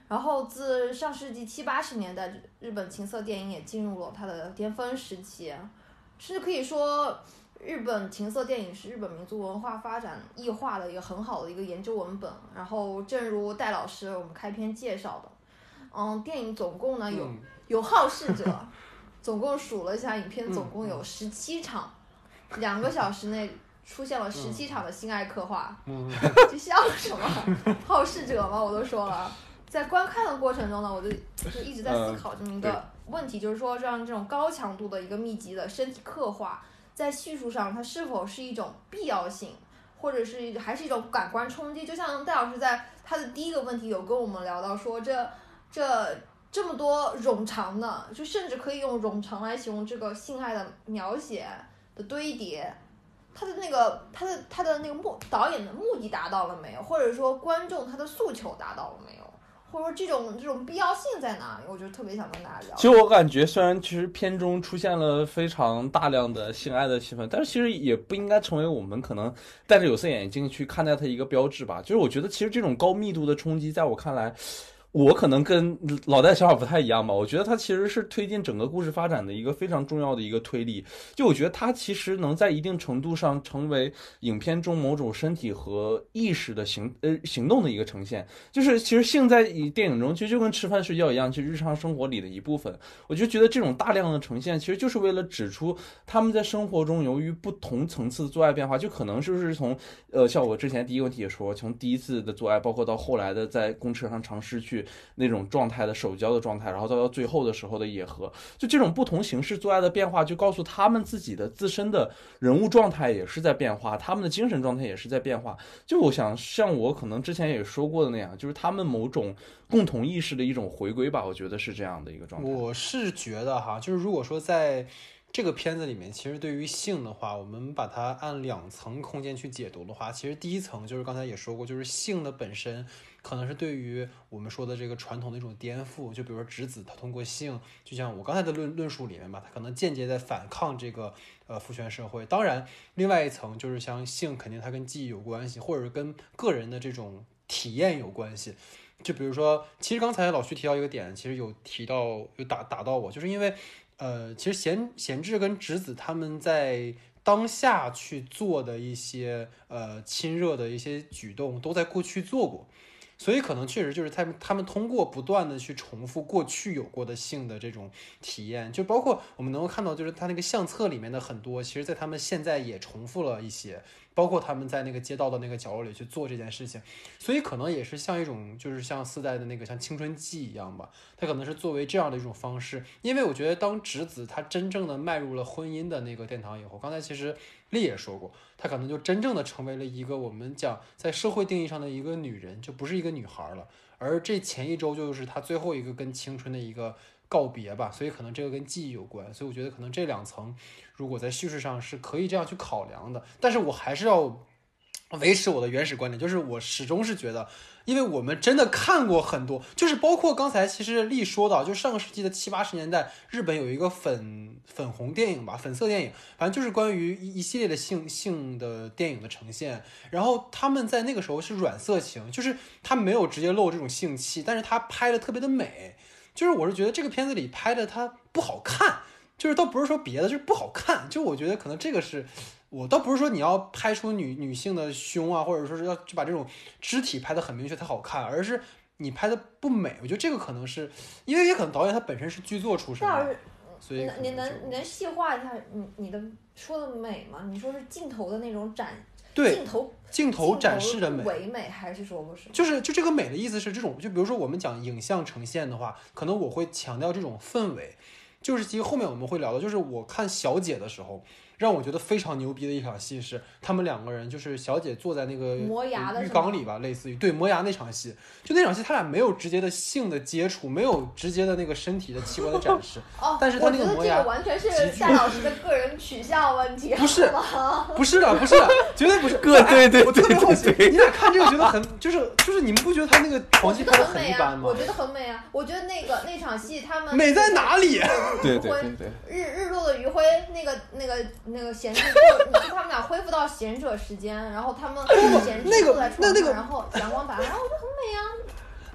然后自上世纪七八十年代，日本情色电影也进入了它的巅峰时期，甚至可以说日本情色电影是日本民族文化发展异化的一个很好的一个研究文本。然后正如戴老师我们开篇介绍的，嗯，电影总共呢有、嗯、有好事者总共数了一下，影片总共有十七场，嗯、两个小时内出现了十七场的性爱刻画，嗯，这像什么好事者吗？我都说了。在观看的过程中呢，我就就一直在思考这么一个问题，就是说让这种高强度的一个密集的身体刻画，在叙述上它是否是一种必要性，或者是还是一种感官冲击？就像戴老师在他的第一个问题有跟我们聊到说，这这这么多冗长的，就甚至可以用冗长来形容这个性爱的描写的堆叠，他的那个他的他的那个目导演的目的达到了没有，或者说观众他的诉求达到了没有？或者说这种这种必要性在哪里？我就特别想跟大家聊。 其实我感觉，虽然其实片中出现了非常大量的性爱的戏份，但是其实也不应该成为我们可能戴着有色眼镜去看待它一个标志吧。就是我觉得，其实这种高密度的冲击，在我看来，我可能跟老戴想法不太一样吧。我觉得它其实是推进整个故事发展的一个非常重要的一个推力。就我觉得它其实能在一定程度上成为影片中某种身体和意识的行呃行动的一个呈现。就是其实性在电影中其实就跟吃饭睡觉一样，其实日常生活里的一部分。我就觉得这种大量的呈现，其实就是为了指出他们在生活中由于不同层次的做爱变化，就可能就是从呃像我之前第一个问题也说，从第一次的做爱，包括到后来的在公车上尝试去那种状态的手交的状态，然后到到最后的时候的野合，就这种不同形式做爱的变化，就告诉他们自己的自身的人物状态也是在变化，他们的精神状态也是在变化。就我想像我可能之前也说过的那样，就是他们某种共同意识的一种回归吧，我觉得是这样的一个状态。 我是觉得哈，就是如果说在这个片子里面，其实对于性的话，我们把它按两层空间去解读的话，其实第一层就是刚才也说过，就是性的本身可能是对于我们说的这个传统的一种颠覆。就比如说直子他通过性，就像我刚才的论论述里面吧，他可能间接在反抗这个呃父权社会。当然另外一层就是像性肯定它跟记忆有关系，或者是跟个人的这种体验有关系。就比如说其实刚才老徐提到一个点，其实有提到有打打到我，就是因为呃，其实贤贤治跟直子他们在当下去做的一些呃亲热的一些举动，都在过去做过，所以可能确实就是他们他们通过不断的去重复过去有过的性的这种体验，就包括我们能够看到，就是他那个相册里面的很多，其实在他们现在也重复了一些。包括他们在那个街道的那个角落里去做这件事情，所以可能也是像一种就是像四代的那个像青春期一样吧，它可能是作为这样的一种方式。因为我觉得当直子她真正的迈入了婚姻的那个殿堂以后，刚才其实丽也说过，她可能就真正的成为了一个我们讲在社会定义上的一个女人，就不是一个女孩了。而这前一周就是她最后一个跟青春的一个告别吧，所以可能这个跟记忆有关，所以我觉得可能这两层如果在叙事上是可以这样去考量的。但是我还是要维持我的原始观点，就是我始终是觉得，因为我们真的看过很多，就是包括刚才其实丽说到，就上个世纪的七八十年代，日本有一个粉粉红电影吧，粉色电影，反正就是关于一一系列的性性的电影的呈现。然后他们在那个时候是软色情，就是他没有直接露这种性器，但是他拍的特别的美。就是我是觉得这个片子里拍的它不好看，就是倒不是说别的，就是不好看。就我觉得可能这个是我倒不是说你要拍出女女性的胸啊，或者说是要去把这种肢体拍得很明确才好看，而是你拍的不美。我觉得这个可能是因为也可能导演他本身是剧作出身的，所以你能你能细化一下你你的说的美吗？你说是镜头的那种展， 对镜头镜头展示的美， 唯美还是说不是？ 就是就这个美的意思是这种，就比如说我们讲影像呈现的话，可能我会强调这种氛围。就是其实后面我们会聊的，就是我看小姐的时候，让我觉得非常牛逼的一场戏是他们两个人，就是小姐坐在那个磨牙的浴缸里吧，类似于对磨牙那场戏，就那场戏他俩没有直接的性的接触，没有直接的那个身体的器官的展示。 哦， 但是他那个磨牙完全是戴老师的个人取向问题， 不是不是的，不是的，绝对不是。 个对对， 我特别好奇，你俩看这个觉得很就是就是你们不觉得他那个床戏拍得很一般吗？ 我觉得很美啊，我觉得那个那场戏他们美在哪里？ 对对对对， 日日落的余晖，那个那个那个贤治，他们俩恢复到贤者时间，然后他们贤治坐在床上，然后阳光打来，我觉得很美啊。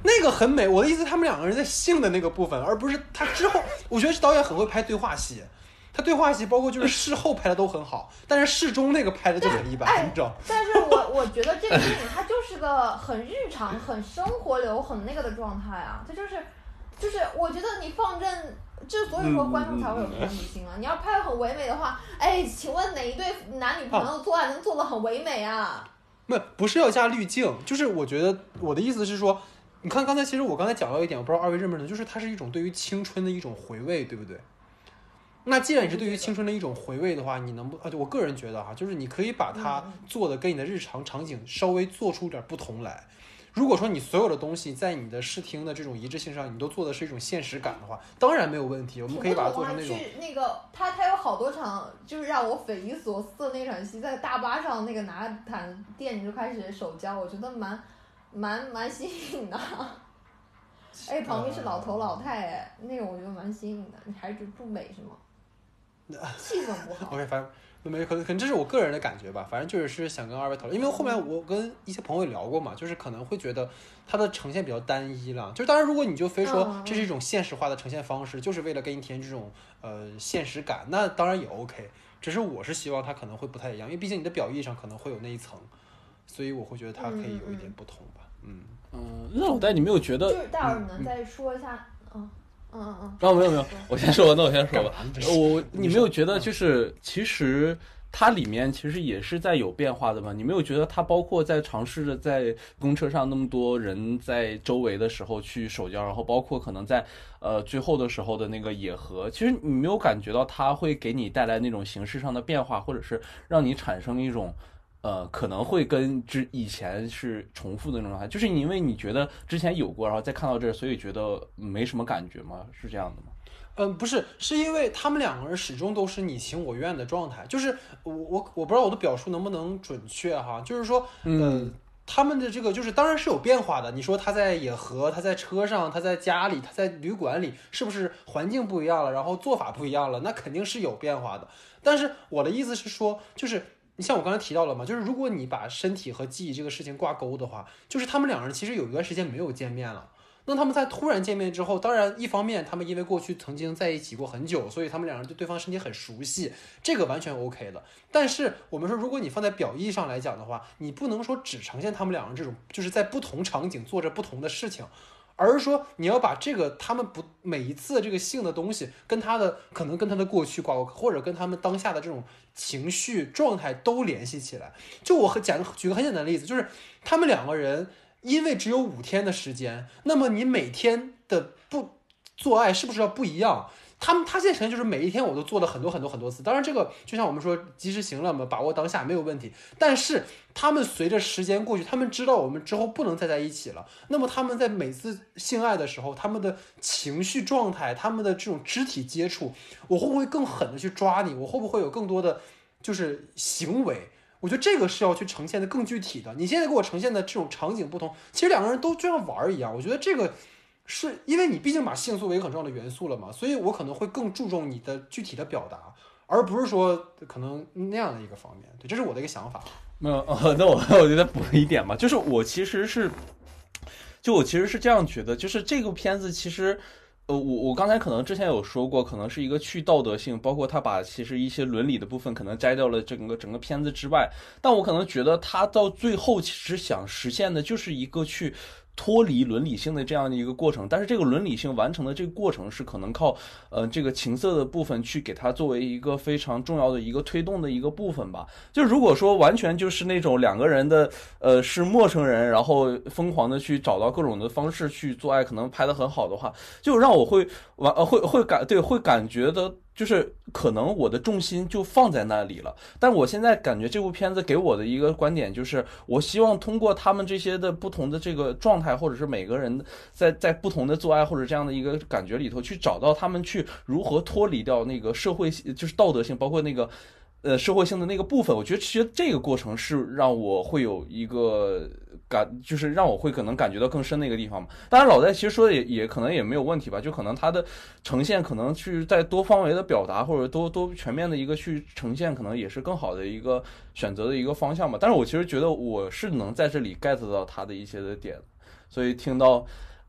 那个很美。我的意思，他们两个人在性的那个部分，而不是他之后。我觉得导演很会拍对话戏，他对话戏包括就是事后拍的都很好，但是事中那个拍的就很一般， 哎、 你知道？ 但是我我觉得这个电影它就是个很日常、很生活流、很那个的状态啊，它就是就是我觉得你放正。之所以说观众才会有同理心啊！你要拍的很唯美的话，哎，请问哪一对男女朋友做爱能做的很唯美啊？ 不，不是要加滤镜，就是我觉得我的意思是说，你看刚才其实我刚才讲到一点，我不知道二位认不认同，就是它是一种对于青春的一种回味，对不对？那既然你是对于青春的一种回味的话，你能不啊？我个人觉得哈，就是你可以把它做的跟你的日常场景稍微做出点不同来。如果说你所有的东西在你的视听的这种一致性上，你都做的是一种现实感的话，当然没有问题。我们可以把它做成那种。 去那个他他有好多场，就是让我匪夷所思的那场戏，在大巴上那个拿毯垫就开始手交，我觉得蛮蛮蛮新颖的。哎，旁边是老头老太哎，那个我觉得蛮新颖的。你还是不美是吗？气氛不好。 OK， 反正。没可能，可能这是我个人的感觉吧。反正就是是想跟二位讨论，因为后面我跟一些朋友聊过嘛，就是可能会觉得它的呈现比较单一了。就是当然，如果你就非说这是一种现实化的呈现方式，就是为了给你体现这种呃现实感，那当然也 OK。只是我是希望它可能会不太一样，因为毕竟你的表意上可能会有那一层，所以我会觉得它可以有一点不同吧。嗯嗯，那老戴你没有觉得？ 就是戴尔，你能再说一下？嗯。嗯嗯嗯， 哦，没有没有，我先说吧，那我先说吧。我你没有觉得就是其实它里面其实也是在有变化的吗？你没有觉得它包括在尝试着在公车上那么多人在周围的时候去手交，然后包括可能在呃最后的时候的那个野合，其实你没有感觉到它会给你带来那种形式上的变化，或者是让你产生一种。呃，可能会跟之以前是重复的那种状态，就是因为你觉得之前有过，然后再看到这，所以觉得没什么感觉吗？是这样的吗？ 嗯，不是，是因为他们两个人始终都是你情我愿的状态，就是我我我不知道我的表述能不能准确哈，就是说，嗯。他们的这个就是当然是有变化的。你说他在野河，他在车上，他在家里，他在旅馆里，是不是环境不一样了，然后做法不一样了？那肯定是有变化的。但是我的意思是说，就是你像我刚才提到了嘛，就是如果你把身体和记忆这个事情挂钩的话，就是他们两人其实有一段时间没有见面了。那他们在突然见面之后，当然一方面他们因为过去曾经在一起过很久，所以他们两人对对方身体很熟悉，这个完全 OK 的。但是我们说，如果你放在表意上来讲的话，你不能说只呈现他们两人这种就是在不同场景做着不同的事情，而是说你要把这个他们不每一次这个性的东西跟他的可能跟他的过去挂钩，或者跟他们当下的这种情绪状态都联系起来。就我讲举个很简单的例子，就是他们两个人因为只有五天的时间，那么你每天的不做爱是不是要不一样？他们他现在呈现就是每一天我都做了很多很多很多次，当然这个就像我们说及时行乐嘛，把握当下没有问题。但是他们随着时间过去，他们知道我们之后不能再在一起了，那么他们在每次性爱的时候，他们的情绪状态，他们的这种肢体接触，我会不会更狠的去抓你？我会不会有更多的就是行为？我觉得这个是要去呈现的更具体的。你现在给我呈现的这种场景不同，其实两个人都就像玩一样。我觉得这个是因为你毕竟把性作为一个很重要的元素了嘛，所以我可能会更注重你的具体的表达，而不是说可能那样的一个方面。对，这是我的一个想法。 没有，哦、那我我觉得补一点吧，就是我其实是，就我其实是这样觉得，就是这个片子其实。呃，我我刚才可能之前有说过，可能是一个去道德性，包括他把其实一些伦理的部分可能摘掉了整个整个片子之外，但我可能觉得他到最后其实想实现的就是一个去脱离伦理性的这样的一个过程，但是这个伦理性完成的这个过程是可能靠呃这个情色的部分去给它作为一个非常重要的一个推动的一个部分吧。就如果说完全就是那种两个人的呃是陌生人，然后疯狂的去找到各种的方式去做爱，可能拍得很好的话，就让我会完呃会会感对会感觉的。就是可能我的重心就放在那里了，但我现在感觉这部片子给我的一个观点就是，我希望通过他们这些的不同的这个状态，或者是每个人在在不同的做爱或者这样的一个感觉里头，去找到他们去如何脱离掉那个社会就是道德性，包括那个呃社会性的那个部分。我觉得其实这个过程是让我会有一个。感就是让我会可能感觉到更深的一个地方嘛。当然，老戴其实说的也也可能也没有问题吧，就可能他的呈现可能去在多方位的表达或者多多全面的一个去呈现，可能也是更好的一个选择的一个方向吧。但是我其实觉得我是能在这里 get 到他的一些的点，所以听到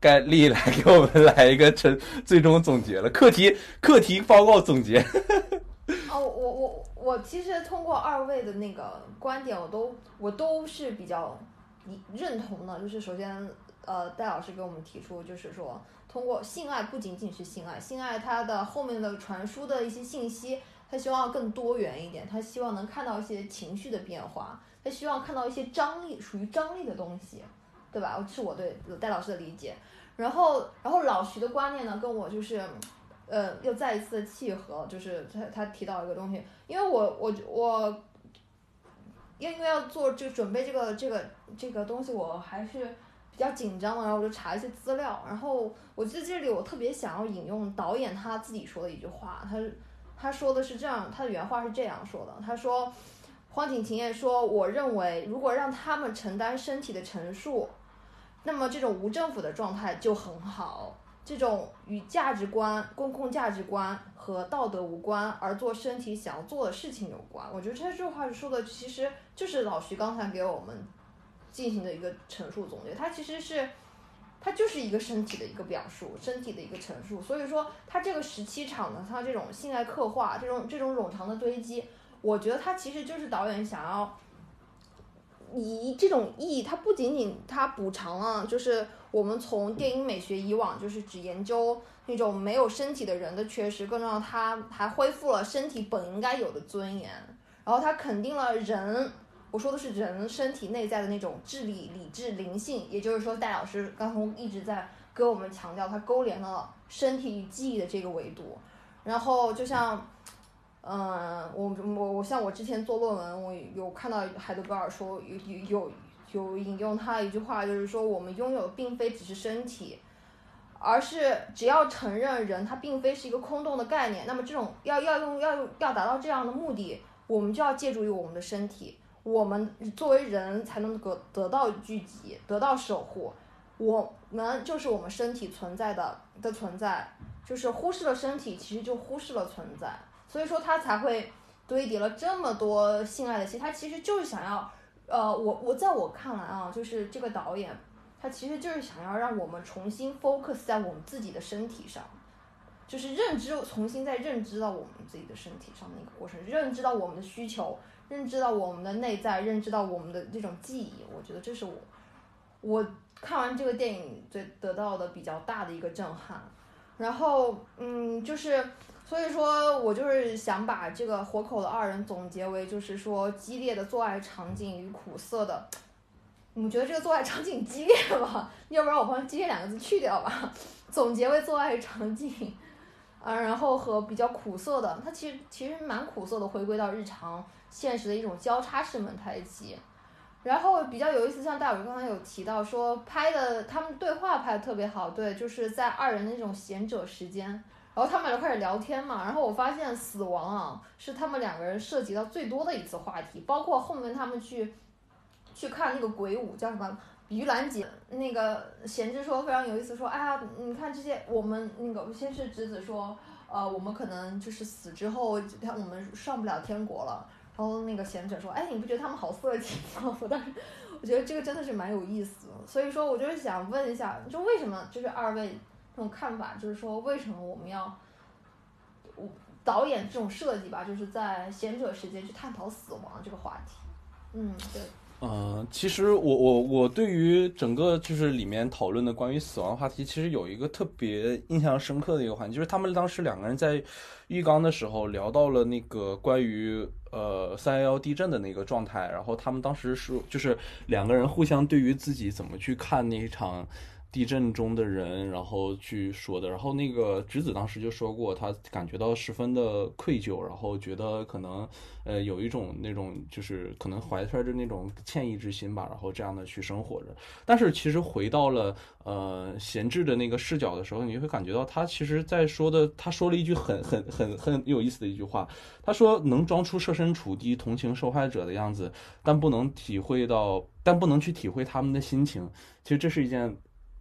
该丽来给我们来一个成最终总结了，课题课题报告总结。 哦，我我我其实通过二位的那个观点，我都我都是比较认同的。就是首先，呃，戴老师给我们提出，就是说，通过性爱不仅仅是性爱，性爱它的后面的传输的一些信息，他希望更多元一点，他希望能看到一些情绪的变化，他希望看到一些张力，属于张力的东西，对吧？是我对戴老师的理解。然后，然后老徐的观念呢，跟我就是。呃，又再一次的契合，就是他他提到一个东西，因为我我我，因为要做这个准备这个这个这个东西，我还是比较紧张的，然后我就查一些资料，然后我在这里我特别想要引用导演他自己说的一句话，他他说的是这样，他的原话是这样说的，他说，荒井晴彦说，我认为如果让他们承担身体的陈述，那么这种无政府的状态就很好。这种与价值观、公共价值观和道德无关，而做身体想要做的事情有关。我觉得这句话说的其实就是老徐刚才给我们进行的一个陈述总结，它其实是，它就是一个身体的一个表述，身体的一个陈述。所以说，它这个十七场呢，它这种性爱刻画，这种这种冗长的堆积，我觉得它其实就是导演想要。以这种意义，它不仅仅它补偿了，就是我们从电影美学以往就是只研究那种没有身体的人的缺失，更重要，它还恢复了身体本应该有的尊严，然后它肯定了人，我说的是人身体内在的那种智力、理智、灵性，也就是说，戴老师刚才一直在给我们强调，它勾连了身体与记忆的这个维度，然后就像。嗯，我我我像我之前做论文，我有看到海德格尔说有有有引用他一句话，就是说我们拥有的并非只是身体，而是只要承认人他并非是一个空洞的概念，那么这种要要用要要达到这样的目的，我们就要借助于我们的身体，我们作为人才能得得到聚集，得到守护，我们就是我们身体存在的的存在，就是忽视了身体，其实就忽视了存在。所以说他才会堆叠了这么多性爱的戏，他其实就是想要，呃，我我在我看来啊，就是这个导演，他其实就是想要让我们重新 focus 在我们自己的身体上，就是认知，重新再认知到我们自己的身体上的一个过程，认知到我们的需求，认知到我们的内在，认知到我们的这种记忆，我觉得这是我，我看完这个电影最得到的比较大的一个震撼。然后，嗯，就是。所以说我就是想把这个活口的二人总结为，就是说激烈的做爱场景与苦涩的，你觉得这个做爱场景激烈吗？要不然我把激烈两个字去掉吧，总结为做爱场景，啊，然后和比较苦涩的，它其实其实蛮苦涩的，回归到日常现实的一种交叉式蒙太奇。然后比较有意思，像戴老师刚才有提到说拍的他们对话拍的特别好，对，就是在二人的那种闲者时间。然后他们俩就开始聊天嘛，然后我发现死亡啊是他们两个人涉及到最多的一次话题，包括后面他们去去看那个鬼舞叫什么盂兰节，那个贤之说非常有意思，说哎呀，你看这些我们那个先是直子说，呃，我们可能就是死之后，我们上不了天国了，然后那个贤者说，哎，你不觉得他们好色情吗？我当时我觉得这个真的是蛮有意思的，所以说我就是想问一下，就为什么就是二位。这种看法就是说，为什么我们要导演这种设计吧，就是在闲者时间去探讨死亡这个话题。嗯，对。 呃，其实我我我对于整个就是里面讨论的关于死亡话题，其实有一个特别印象深刻的一个环节，就是他们当时两个人在浴缸的时候聊到了那个关于呃三幺幺地震的那个状态，然后他们当时说就是两个人互相对于自己怎么去看那一场地震中的人，然后去说的。然后那个直子当时就说过，他感觉到十分的愧疚，然后觉得可能呃有一种那种就是可能怀揣着那种歉意之心吧，然后这样的去生活着。但是其实回到了呃闲置的那个视角的时候，你会感觉到他其实在说的，他说了一句很很很很有意思的一句话，他说能装出设身处地同情受害者的样子，但不能体会到，但不能去体会他们的心情。其实这是一件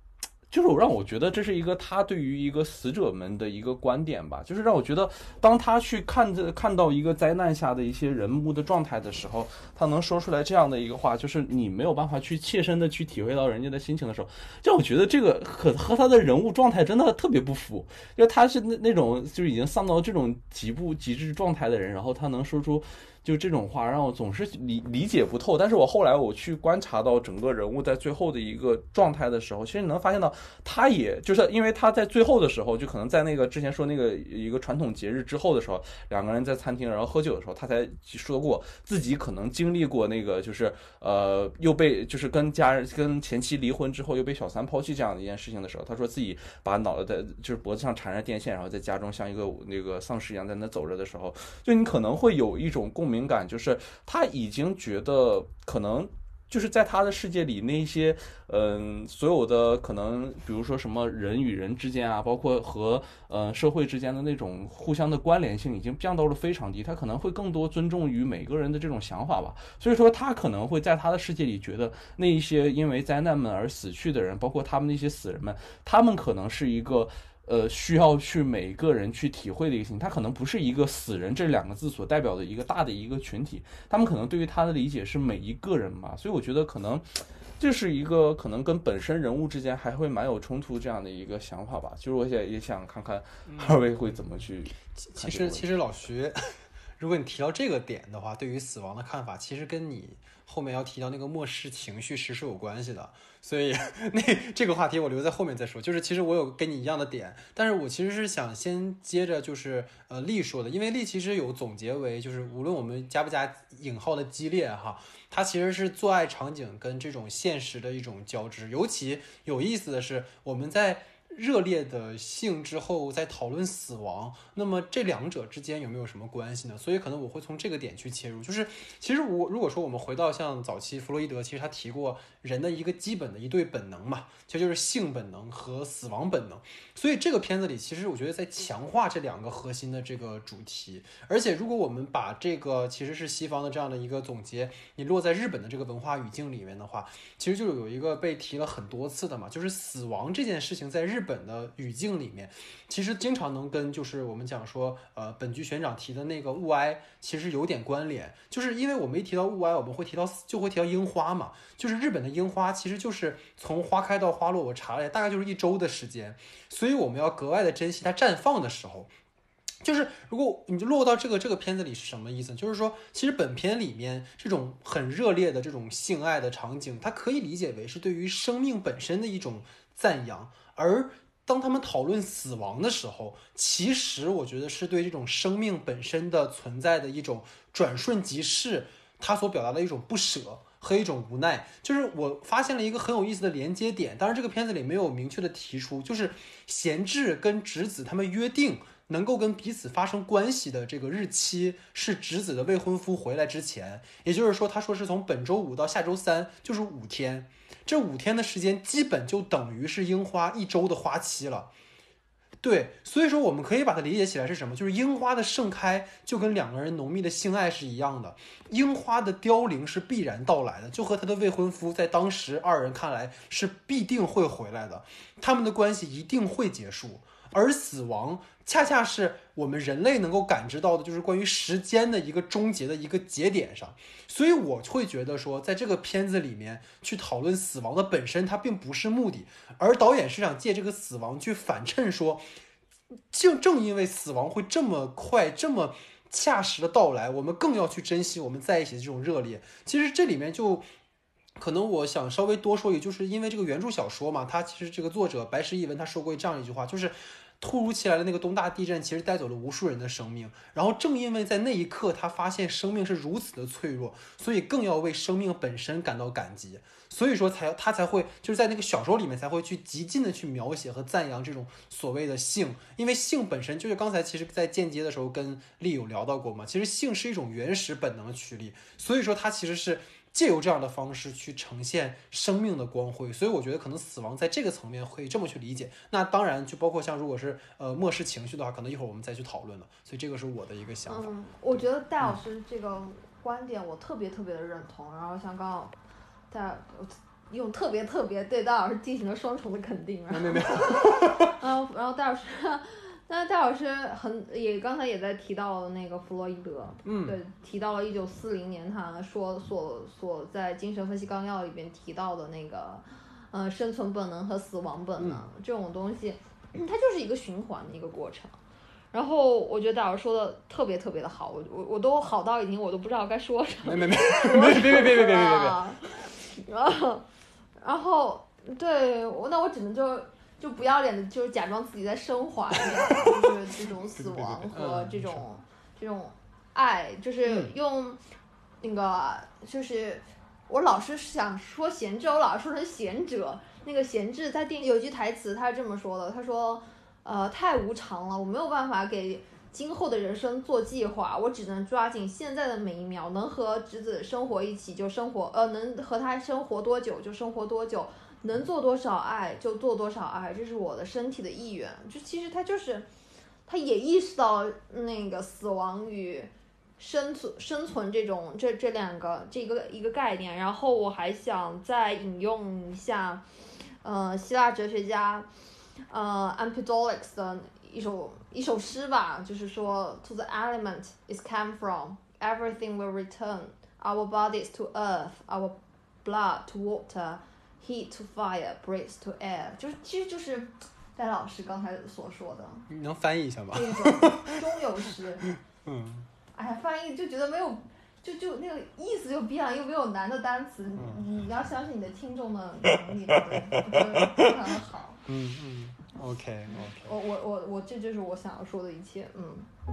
就是我让我觉得这是一个他对于一个死者们的一个观点吧，就是让我觉得当他去看着看到一个灾难下的一些人物的状态的时候，他能说出来这样的一个话，就是你没有办法去切身的去体会到人家的心情的时候，就我觉得这个和和他的人物状态真的特别不符，因为他是那那种就是已经丧到这种极不极致状态的人，然后他能说出就这种话，让我总是理理解不透。但是我后来我去观察到整个人物在最后的一个状态的时候，其实你能发现到，他也就是因为他在最后的时候，就可能在那个之前说那个一个传统节日之后的时候，两个人在餐厅然后喝酒的时候，他才说过自己可能经历过那个就是呃又被就是跟家人跟前妻离婚之后又被小三抛弃这样的一件事情的时候，他说自己把脑袋就是脖子上缠着电线，然后在家中像一个那个丧尸一样在那走着的时候，就你可能会有一种共鸣。敏感，就是他已经觉得可能就是在他的世界里，那些嗯所有的可能，比如说什么人与人之间啊，包括和呃社会之间的那种互相的关联性，已经降到了非常低。他可能会更多尊重于每个人的这种想法吧。所以说，他可能会在他的世界里觉得那一些因为灾难们而死去的人，包括他们那些死人们，他们可能是一个。呃，需要去每个人去体会的一个事情，他可能不是一个死人这两个字所代表的一个大的一个群体，他们可能对于他的理解是每一个人吧，所以我觉得可能这是一个可能跟本身人物之间还会蛮有冲突这样的一个想法吧。就是我也也想看看二位会怎么去看。 其实其实老徐，如果你提到这个点的话，对于死亡的看法，其实跟你后面要提到那个末世情绪是是有关系的。所以那这个话题我留在后面再说。就是其实我有跟你一样的点，但是我其实是想先接着就是呃丽说的，因为丽其实有总结为就是无论我们加不加引号的激烈哈，它其实是做爱场景跟这种现实的一种交织。尤其有意思的是，我们在热烈的性之后在讨论死亡，那么这两者之间有没有什么关系呢？所以可能我会从这个点去切入。就是其实我如果说我们回到像早期弗洛伊德，其实他提过人的一个基本的一对本能嘛，其实就是性本能和死亡本能。所以这个片子里其实我觉得在强化这两个核心的这个主题。而且如果我们把这个其实是西方的这样的一个总结，你落在日本的这个文化语境里面的话，其实就有一个被提了很多次的嘛，就是死亡这件事情在日本的语境里面，其实经常能跟就是我们讲说呃本剧学长提的那个物哀其实有点关联。就是因为我们一提到物哀，我们会提到就会提到樱花嘛，就是日本的樱花其实就是从花开到花落，我查了一下大概就是一周的时间，所以我们要格外的珍惜它绽放的时候。就是如果你就落到这个这个片子里是什么意思？就是说其实本片里面这种很热烈的这种性爱的场景，它可以理解为是对于生命本身的一种赞扬，而当他们讨论死亡的时候，其实我觉得是对这种生命本身的存在的一种转瞬即逝，它所表达的一种不舍和一种无奈。就是我发现了一个很有意思的连接点，当然这个片子里没有明确的提出，就是贤治跟直子他们约定能够跟彼此发生关系的这个日期是直子的未婚夫回来之前，也就是说他说是从本周五到下周三，就是五天，这五天的时间基本就等于是樱花一周的花期了。对，所以说我们可以把它理解起来是什么，就是樱花的盛开就跟两个人浓密的性爱是一样的，樱花的凋零是必然到来的，就和他的未婚夫在当时二人看来是必定会回来的，他们的关系一定会结束。而死亡恰恰是我们人类能够感知到的，就是关于时间的一个终结的一个节点上。所以我会觉得说，在这个片子里面去讨论死亡的本身，它并不是目的，而导演是想借这个死亡去反衬说，就正因为死亡会这么快这么恰时的到来，我们更要去珍惜我们在一起的这种热烈。其实这里面就可能我想稍微多说一句，就是因为这个原著小说嘛，它其实这个作者白石一文他说过这样一句话，就是突如其来的那个东大地震其实带走了无数人的生命，然后正因为在那一刻他发现生命是如此的脆弱，所以更要为生命本身感到感激，所以说才他才会就是在那个小说里面才会去极尽的去描写和赞扬这种所谓的性。因为性本身就是刚才其实在间接的时候跟丽有聊到过嘛，其实性是一种原始本能的驱力，所以说它其实是借由这样的方式去呈现生命的光辉。所以我觉得可能死亡在这个层面会这么去理解。那当然就包括像如果是呃末世情绪的话，可能一会儿我们再去讨论了。所以这个是我的一个想法。 嗯，我觉得戴老师这个观点我特别特别的认同。然后像刚刚戴用特别特别对戴老师进行了双重的肯定， 没没没， 然后然后戴老师，但是戴老师很也刚才也在提到了那个弗洛伊德， 嗯， 对，提到了一九四零年他说所所在精神分析纲要里边提到的那个，呃，生存本能和死亡本能、嗯、这种东西，它就是一个循环的一个过程。然后我觉得戴老师说的特别特别的好，我我我都好到已经我都不知道该说什么。 没没没，别别别别别别别别。 然后，然后，对，那我只能就就不要脸的，就是假装自己在升华一下，就是这种死亡和这种这种爱，就是用那个就是我老是想说贤者，我老是说成贤者。那个贤志在电影有句台词，他是这么说的，他说。呃，太无常了，我没有办法给今后的人生做计划，我只能抓紧现在的每一秒，能和侄子生活一起就生活，呃，能和他生活多久就生活多久，能做多少爱就做多少爱，这是我的身体的意愿。就其实他就是，他也意识到那个死亡与生存生存这种这这两个这个一个概念。然后我还想再引用一下，呃，希腊哲学家。呃 Empedocles 的一首一首诗吧，就是说 To the element is come from, everything will return, our bodies to earth, our blood to water, heat to fire, breath to air， 就是其实就是戴老师刚才所说的。 你能翻译一下吗？ 那种中有诗。 嗯。 哎呀，翻译就觉得没有，就就那个意思就逼上，又没有难的单词， 嗯、 你你要相信你的听众的能力，对，我觉得非常的好。 嗯嗯 ，OK OK。 我我我我这就是我想要说的一切，嗯。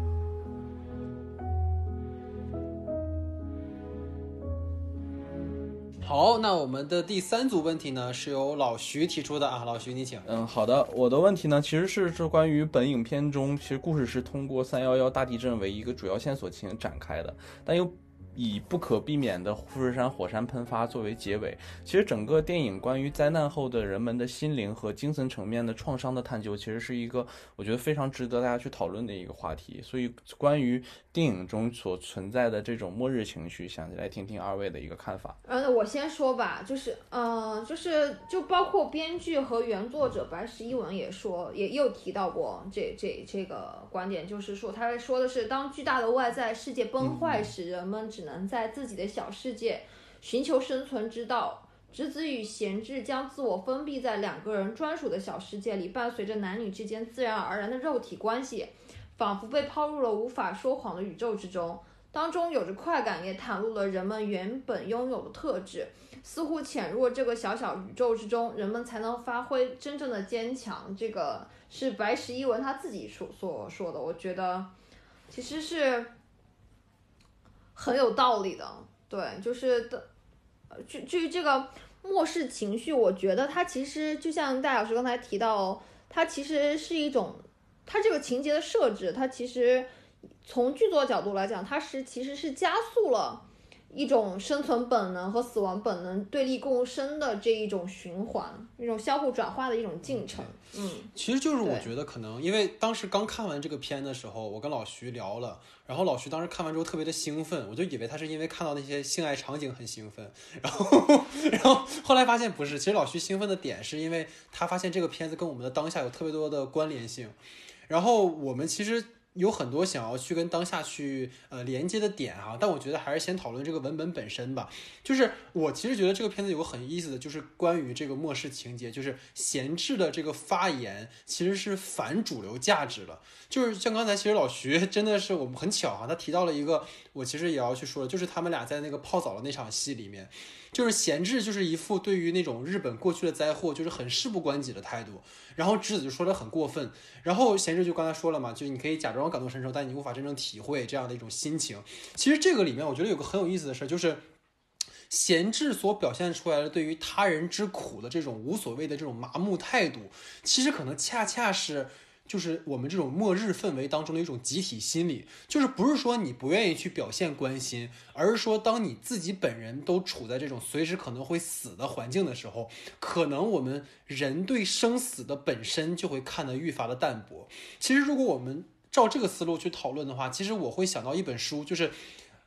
好，那我们的第三组问题呢，是由老徐提出的啊，老徐你请。 嗯，好的，我的问题呢，其实是是关于本影片中，其实故事是通过三一一大地震为一个主要线索进行展开的，但又以不可避免的富士山火山喷发作为结尾。其实整个电影关于灾难后的人们的心灵和精神层面的创伤的探究，其实是一个我觉得非常值得大家去讨论的一个话题。所以关于电影中所存在的这种末日情绪，想来听听二位的一个看法。 嗯，我先说吧，就是呃，就是就包括编剧和原作者白石一文也说，也又提到过这这这个观点，就是说他说的是，当巨大的外在世界崩坏时，人们只能在自己的小世界寻求生存之道。直子与贤治将自我封闭在两个人专属的小世界里，伴随着男女之间自然而然的肉体关系，仿佛被抛入了无法说谎的宇宙之中，当中有着快感，也袒露了人们原本拥有的特质。似乎潜入这个小小宇宙之中，人们才能发挥真正的坚强。这个是白石一文他自己所所说的，我觉得其实是很有道理的。对，就是的。至至于这个末世情绪，我觉得它其实就像戴老师刚才提到，它其实是一种，它这个情节的设置，它其实从剧作角度来讲，它是其实是加速了一种生存本能和死亡本能对立共生的这一种循环，一种相互转化的一种进程。嗯， 其实就是我觉得可能因为当时刚看完这个片的时候，我跟老徐聊了，然后老徐当时看完之后特别的兴奋，我就以为他是因为看到那些性爱场景很兴奋，然后然后后来发现不是，其实老徐兴奋的点是因为他发现这个片子跟我们的当下有特别多的关联性，然后我们其实有很多想要去跟当下去呃连接的点啊，但我觉得还是先讨论这个文本本身吧。就是我其实觉得这个片子有个很意思的，就是关于这个末世情节，就是贤治的这个发言其实是反主流价值了。就是像刚才其实老徐真的是我们很巧哈、啊，他提到了一个我其实也要去说的，就是他们俩在那个泡澡的那场戏里面，就是贤治就是一副对于那种日本过去的灾祸就是很事不关己的态度，然后直子就说得很过分，然后贤治就刚才说了嘛，就你可以假装感同身受，但你无法真正体会这样的一种心情。其实这个里面我觉得有个很有意思的事，就是贤治所表现出来的对于他人之苦的这种无所谓的这种麻木态度，其实可能恰恰是就是我们这种末日氛围当中的一种集体心理，就是不是说你不愿意去表现关心，而是说当你自己本人都处在这种随时可能会死的环境的时候，可能我们人对生死的本身就会看得愈发的淡薄。其实如果我们照这个思路去讨论的话，其实我会想到一本书，就是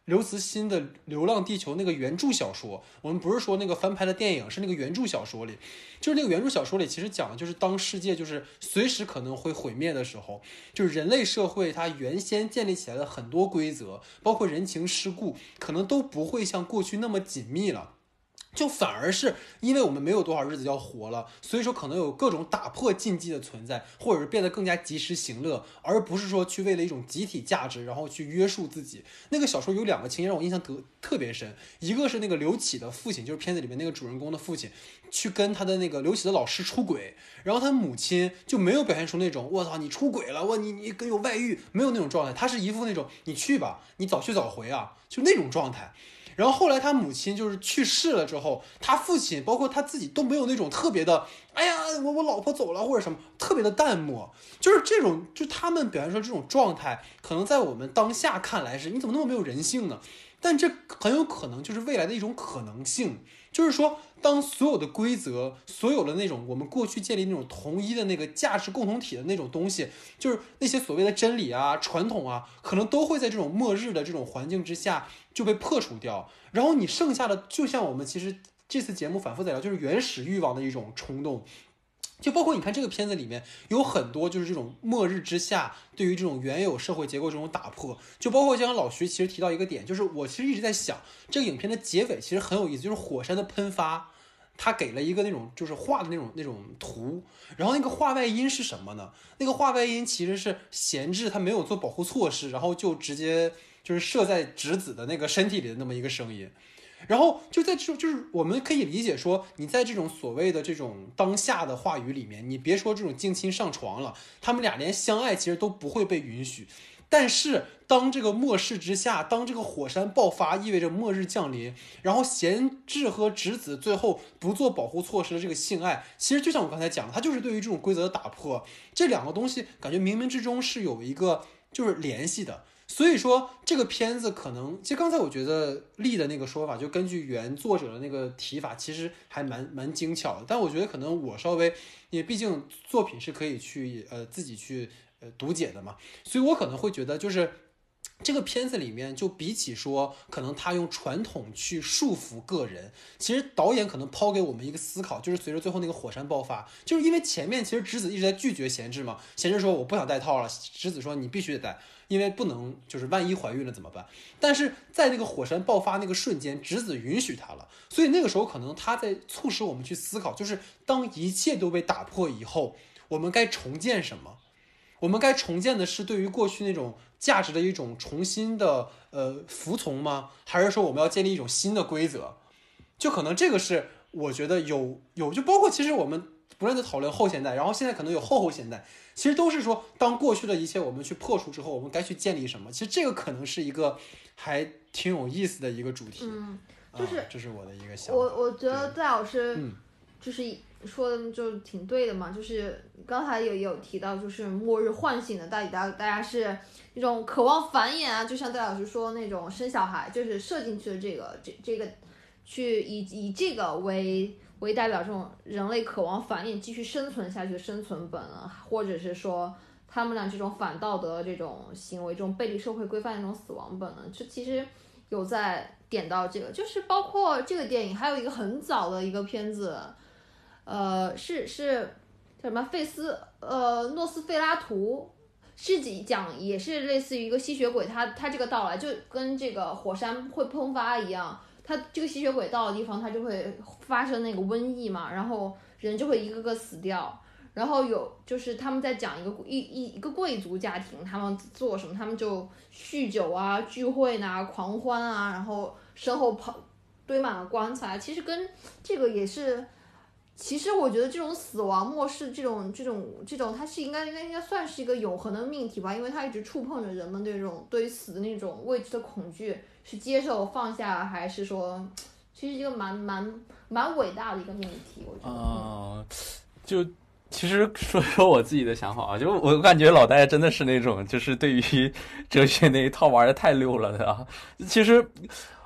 刘慈欣的《流浪地球》那个原著小说，我们不是说那个翻拍的电影，是那个原著小说里，就是那个原著小说里其实讲的就是当世界就是随时可能会毁灭的时候，就是人类社会它原先建立起来的很多规则，包括人情世故，可能都不会像过去那么紧密了。就反而是因为我们没有多少日子要活了，所以说可能有各种打破禁忌的存在，或者是变得更加及时行乐，而不是说去为了一种集体价值然后去约束自己。那个小说有两个情节让我印象得特别深，一个是那个刘启的父亲，就是片子里面那个主人公的父亲，去跟他的那个刘启的老师出轨，然后他母亲就没有表现出那种我操你出轨了，我你你跟有外遇，没有那种状态，他是一副那种你去吧，你早去早回啊，就那种状态。然后后来他母亲就是去世了之后，他父亲包括他自己都没有那种特别的，哎呀，我我老婆走了或者什么特别的淡漠，就是这种，就他们表现出这种状态，可能在我们当下看来是你怎么那么没有人性呢？但这很有可能就是未来的一种可能性，就是说，当所有的规则，所有的那种我们过去建立那种统一的那个价值共同体的那种东西，就是那些所谓的真理啊、传统啊，可能都会在这种末日的这种环境之下就被破除掉。然后你剩下的，就像我们其实这次节目反复在聊，就是原始欲望的一种冲动。就包括你看这个片子里面有很多就是这种末日之下对于这种原有社会结构这种打破，就包括像老徐其实提到一个点，就是我其实一直在想这个影片的结尾其实很有意思，就是火山的喷发，他给了一个那种就是画的那种那种图，然后那个画外音是什么呢？那个画外音其实是闲置，他没有做保护措施，然后就直接就是射在直子的那个身体里的那么一个声音。然后就在这，就是我们可以理解说，你在这种所谓的这种当下的话语里面，你别说这种近亲上床了，他们俩连相爱其实都不会被允许。但是当这个末世之下，当这个火山爆发意味着末日降临，然后贤治和直子最后不做保护措施的这个性爱，其实就像我刚才讲的，它就是对于这种规则的打破。这两个东西感觉冥冥之中是有一个就是联系的。所以说这个片子可能，其实刚才我觉得力的那个说法，就根据原作者的那个提法，其实还蛮蛮精巧的。但我觉得可能我稍微，因为毕竟作品是可以去呃自己去呃读解的嘛，所以我可能会觉得就是这个片子里面，就比起说可能他用传统去束缚个人，其实导演可能抛给我们一个思考，就是随着最后那个火山爆发，就是因为前面其实直子一直在拒绝贤治嘛，贤治说我不想戴套了，直子说你必须得戴。因为不能，就是万一怀孕了怎么办？但是在那个火山爆发那个瞬间，直子允许他了，所以那个时候可能他在促使我们去思考，就是当一切都被打破以后，我们该重建什么？我们该重建的是对于过去那种价值的一种重新的呃服从吗？还是说我们要建立一种新的规则？就可能这个是我觉得有有，就包括其实我们不断的讨论后现代，然后现在可能有后后现代。其实都是说，当过去的一切我们去破除之后，我们该去建立什么？其实这个可能是一个还挺有意思的一个主题。 嗯，就是、 啊、这是我的一个想法。 我我觉得戴老师就是说的就挺对的嘛，就是刚才也有提到，就是末日唤醒的，到底大大家是那种渴望繁衍啊，就像戴老师说那种生小孩，就是设进去的这个这这个，去以以这个为。为代表这种人类渴望繁衍继续生存下去的生存本能，或者是说他们俩这种反道德这种行为，这种背离社会规范的这种死亡本能，这其实有在点到这个，就是包括这个电影还有一个很早的一个片子，呃，是是叫什么费斯呃诺斯费拉图，是讲也是类似于一个吸血鬼，他他这个到来就跟这个火山会喷发一样。它这个吸血鬼到的地方，它就会发生那个瘟疫嘛，然后人就会一个个死掉。然后有就是他们在讲一个一一一个贵族家庭，他们做什么？他们就酗酒啊、聚会呐、狂欢啊，然后身后跑堆满了棺材。其实跟这个也是，其实我觉得这种死亡末世这种这种这种，它是应该应该应该算是一个永恒的命题吧，因为它一直触碰着人们对这种对于死的那种未知的恐惧。是接受放下，还是说，其实一个蛮蛮蛮伟大的一个命题，我觉得。 啊、呃，就其实说说我自己的想法啊，就我感觉老戴真的是那种，就是对于哲学那一套玩的太溜了的啊。其实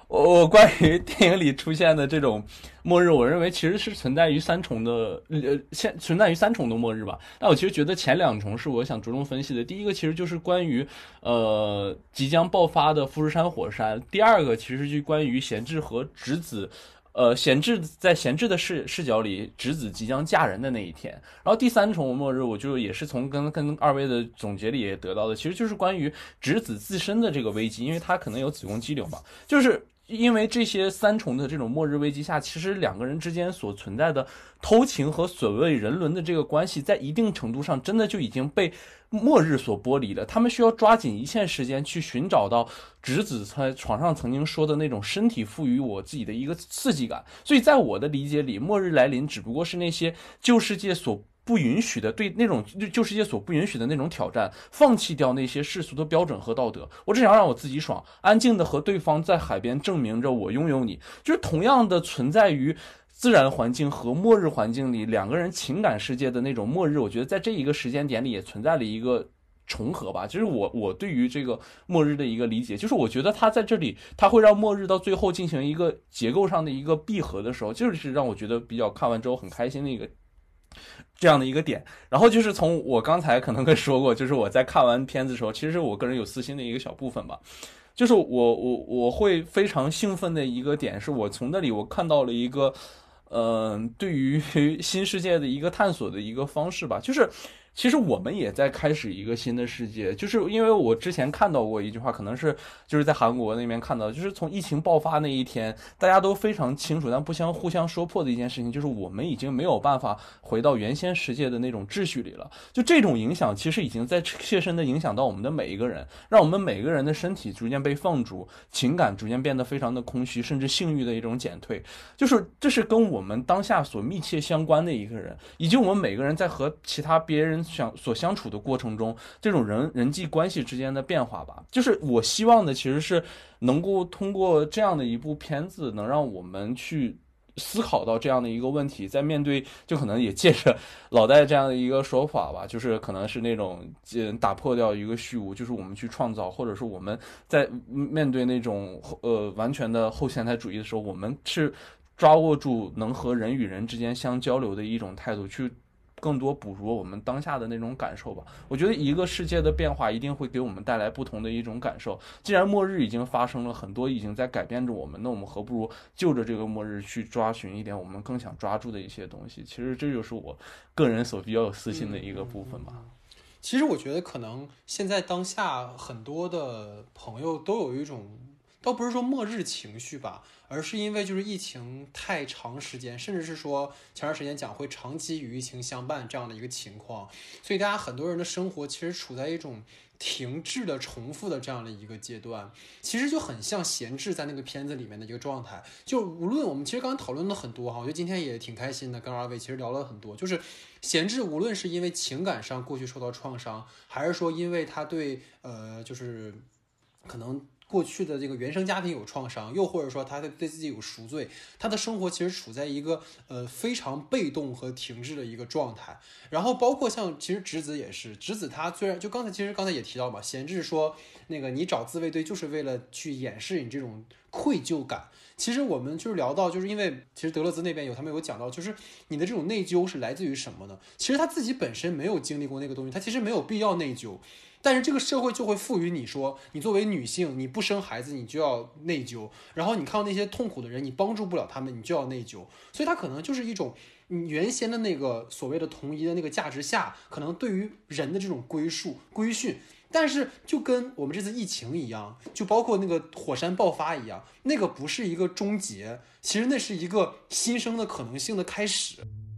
我关于电影里出现的这种末日，我认为其实是存在于三重的，呃，现存在于三重的末日吧。但我其实觉得前两重是我想着重分析的。第一个其实就是关于呃即将爆发的富士山火山，第二个其实就关于贤治和直子。呃，贤治在贤治的视视角里，直子即将嫁人的那一天。然后第三重末日，我就也是从跟跟二位的总结里也得到的，其实就是关于直子自身的这个危机，因为他可能有子宫肌瘤嘛，就是因为这些三重的这种末日危机下，其实两个人之间所存在的偷情和所谓人伦的这个关系，在一定程度上真的就已经被末日所剥离了。他们需要抓紧一切时间去寻找到直子在床上曾经说的那种身体赋予我自己的一个刺激感。所以在我的理解里，末日来临只不过是那些旧世界所不允许的，对那种旧世界所不允许的那种挑战，放弃掉那些世俗的标准和道德，我只想让我自己爽，安静的和对方在海边证明着我拥有你。就是同样的存在于自然环境和末日环境里两个人情感世界的那种末日，我觉得在这一个时间点里也存在了一个重合吧。就是我我对于这个末日的一个理解，就是我觉得它在这里，它会让末日到最后进行一个结构上的一个闭合的时候，就是让我觉得比较看完之后很开心的一个这样的一个点。然后就是从我刚才可能跟说过，就是我在看完片子的时候，其实是我个人有私心的一个小部分吧。就是我我我会非常兴奋的一个点，是我从那里我看到了一个呃，对于新世界的一个探索的一个方式吧。就是其实我们也在开始一个新的世界，就是因为我之前看到过一句话，可能是就是在韩国那边看到，就是从疫情爆发那一天，大家都非常清楚但不相互相说破的一件事情，就是我们已经没有办法回到原先世界的那种秩序里了。就这种影响其实已经在切身的影响到我们的每一个人，让我们每个人的身体逐渐被放逐，情感逐渐变得非常的空虚，甚至性欲的一种减退。就是这是跟我们当下所密切相关的一个人，以及我们每个人在和其他别人相所相处的过程中，这种人人际关系之间的变化吧。就是我希望的其实是能够通过这样的一部片子，能让我们去思考到这样的一个问题，在面对就可能也借着老戴这样的一个说法吧，就是可能是那种打破掉一个虚无，就是我们去创造，或者是我们在面对那种呃完全的后现代主义的时候，我们是抓握住能和人与人之间相交流的一种态度，去更多捕捉我们当下的那种感受吧。我觉得一个世界的变化一定会给我们带来不同的一种感受。既然末日已经发生了，很多已经在改变着我们，那我们何不如就着这个末日去抓寻一点我们更想抓住的一些东西。其实这就是我个人所比较有私心的一个部分吧。 其实我觉得可能现在当下很多的朋友都有一种，倒不是说末日情绪吧，而是因为就是疫情太长时间，甚至是说前段时间讲会长期与疫情相伴这样的一个情况，所以大家很多人的生活其实处在一种停滞的重复的这样的一个阶段，其实就很像闲置在那个片子里面的一个状态。就无论我们其实刚刚讨论了很多哈，我觉得今天也挺开心的，跟二位其实聊了很多，就是闲置无论是因为情感上过去受到创伤，还是说因为他对呃就是可能过去的这个原生家庭有创伤，又或者说他对自己有赎罪，他的生活其实处在一个呃非常被动和停滞的一个状态。然后包括像其实直子也是，直子他虽然就刚才其实刚才也提到嘛，闲置说那个你找自卫队就是为了去掩饰你这种愧疚感。其实我们就是聊到，就是因为其实德勒兹那边有他们有讲到，就是你的这种内疚是来自于什么呢？其实他自己本身没有经历过那个东西，他其实没有必要内疚。但是这个社会就会赋予你说，你作为女性，你不生孩子，你就要内疚。然后你看到那些痛苦的人，你帮助不了他们，你就要内疚。所以它可能就是一种你原先的那个所谓的同一的那个价值下，可能对于人的这种归属规训。但是就跟我们这次疫情一样，就包括那个火山爆发一样，那个不是一个终结，其实那是一个新生的可能性的开始。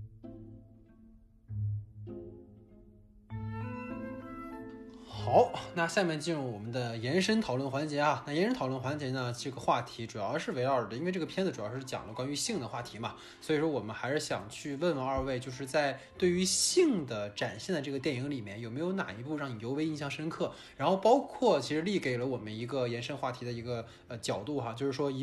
好，那下面进入我们的延伸讨论环节啊。那延伸讨论环节呢，这个话题主要是围绕着，因为这个片子主要是讲了关于性的话题嘛，所以说我们还是想去问问二位，就是在对于性的展现的这个电影里面，有没有哪一部让你尤为印象深刻？然后包括其实立给了我们一个延伸话题的一个呃角度哈，就是说一部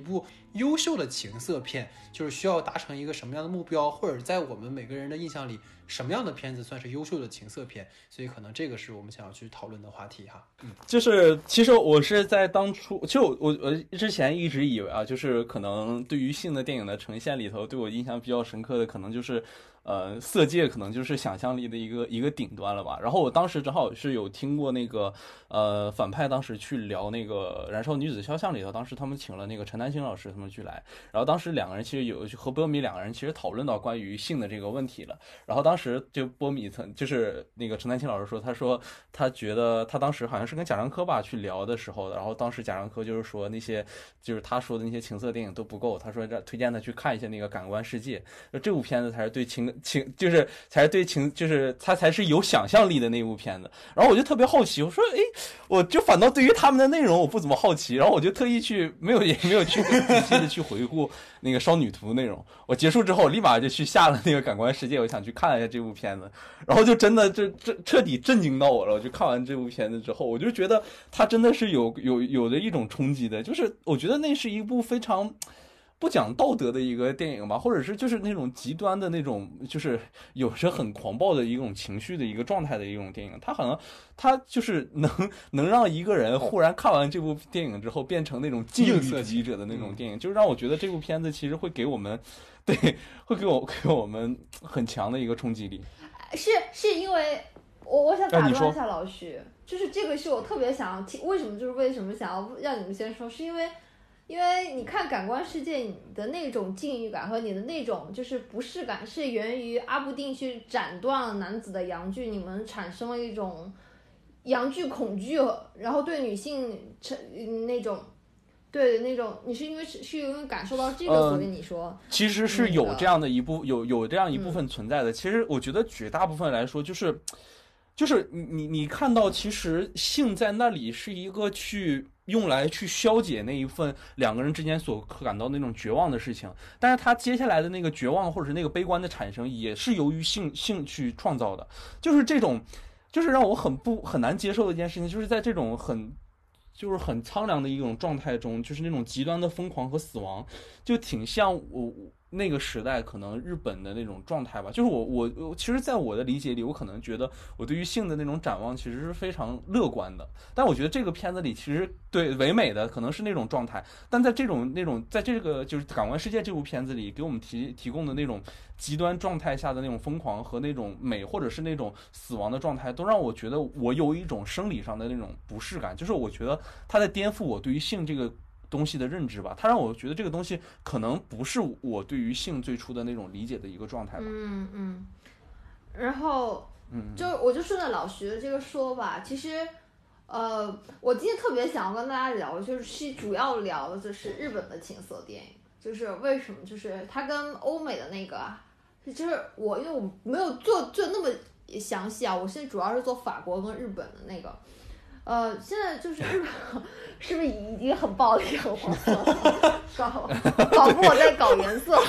优秀的情色片就是需要达成一个什么样的目标，或者在我们每个人的印象里，什么样的片子算是优秀的情色片？所以可能这个是我们想要去讨论的话题哈。嗯， 就是其实我是在当初，其实我我我之前一直以为啊，就是可能对于性的电影的呈现里头，对我印象比较深刻的，可能就是呃，色戒可能就是想象力的一个一个顶端了吧。然后我当时正好是有听过那个呃反派当时去聊那个《燃烧女子肖像》里头，当时他们请了那个陈丹青老师他们去来，然后当时两个人其实有和波米两个人其实讨论到关于性的这个问题了。然后当时就波米曾就是那个陈丹青老师说，他说他觉得他当时好像是跟贾樟柯吧去聊的时候，然后当时贾樟柯就是说那些就是他说的那些情色电影都不够，他说推荐他去看一下那个《感官世界》，这部片子才是对情情就是才是对情就是他才是有想象力的那部片子。然后我就特别好奇，我说诶，我就反倒对于他们的内容我不怎么好奇，然后我就特意去没有也没有去仔细的去回顾那个《烧女图》内容。我结束之后立马就去下了那个《感官世界》，我想去看一下这部片子，然后就真的这这彻底震惊到我了。我就看完这部片子之后，我就觉得它真的是有有有的一种冲击的，就是我觉得那是一部非常不讲道德的一个电影吧，或者是就是那种极端的那种，就是有着很狂暴的一种情绪的一个状态的一种电影。它可能它就是能能让一个人忽然看完这部电影之后变成那种禁欲主义者的那种电影，就是让我觉得这部片子其实会给我们，对，会给我给我们很强的一个冲击力。 是是因为我我想打断一下老徐，就是这个是我特别想要听，为什么就是为什么想要让你们先说，是因为。因为你看感官世界，你的那种禁欲感和你的那种就是不适感，是源于阿布定去斩断了男子的阳具，你们产生了一种阳具恐惧，然后对女性那种，对那种，你是因为是是因为感受到这个，所以你说、呃、 其实是有这样的一部有有这样一部分存在的。嗯、其实我觉得绝大部分来说，就是就是你你你看到，其实性在那里是一个去。用来去消解那一份两个人之间所感到那种绝望的事情，但是他接下来的那个绝望或者是那个悲观的产生，也是由于性性去创造的，就是这种，就是让我很不很难接受的一件事情，就是在这种很就是很苍凉的一种状态中，就是那种极端的疯狂和死亡，就挺像我。那个时代可能日本的那种状态吧，就是我我其实在我的理解里，我可能觉得我对于性的那种展望其实是非常乐观的，但我觉得这个片子里其实对唯美的可能是那种状态，但在这种那种在这个就是《感官世界》这部片子里给我们提提供的那种极端状态下的那种疯狂和那种美，或者是那种死亡的状态，都让我觉得我有一种生理上的那种不适感，就是我觉得它在颠覆我对于性这个东西的认知吧，它让我觉得这个东西可能不是我对于性最初的那种理解的一个状态吧。 嗯嗯。然后，嗯，就我就顺着老徐的这个说吧，其实，呃，我今天特别想要跟大家聊，就是主要聊的就是日本的情色电影，就是为什么，就是它跟欧美的那个，就是我因为我没有做做那么详细啊，我现在主要是做法国跟日本的那个。呃，现在就是日本，是不是已经很暴力、很黄色了？搞仿佛我在搞颜色。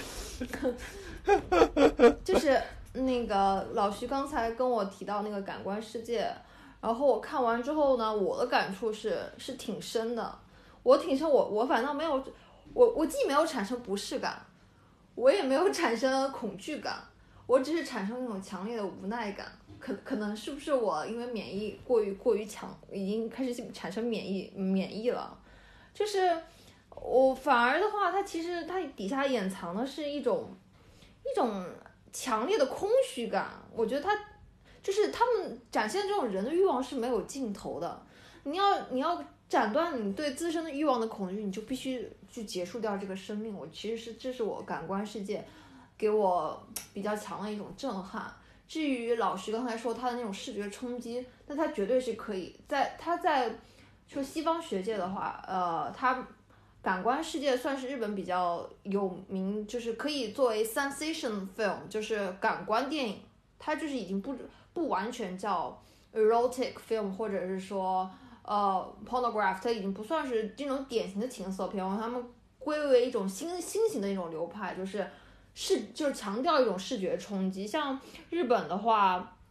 就是那个老徐刚才跟我提到那个感官世界，然后我看完之后呢，我的感触是是挺深的。我挺深，我我反倒没有，我我既没有产生不适感，我也没有产生恐惧感，我只是产生那种强烈的无奈感。可可能是不是我因为免疫过于过于强，已经开始产生免疫免疫了，就是我反而的话，它其实它底下掩藏的是一种一种强烈的空虚感。我觉得它就是他们展现这种人的欲望是没有尽头的。你要你要斩断你对自身的欲望的恐惧，你就必须去结束掉这个生命。我其实是这是我感官世界给我比较强的一种震撼。至于老徐刚才说他的那种视觉冲击，那他绝对是可以在他在说西方学界的话，呃，他感官世界算是日本比较有名，就是可以作为 sensation film， 就是感官电影，它就是已经不不完全叫 erotic film， 或者是说呃 pornograph， 它已经不算是这种典型的情色片，他们归为一种新新型的一种流派，就是。是，就是强调一种视觉冲击。像日本的话，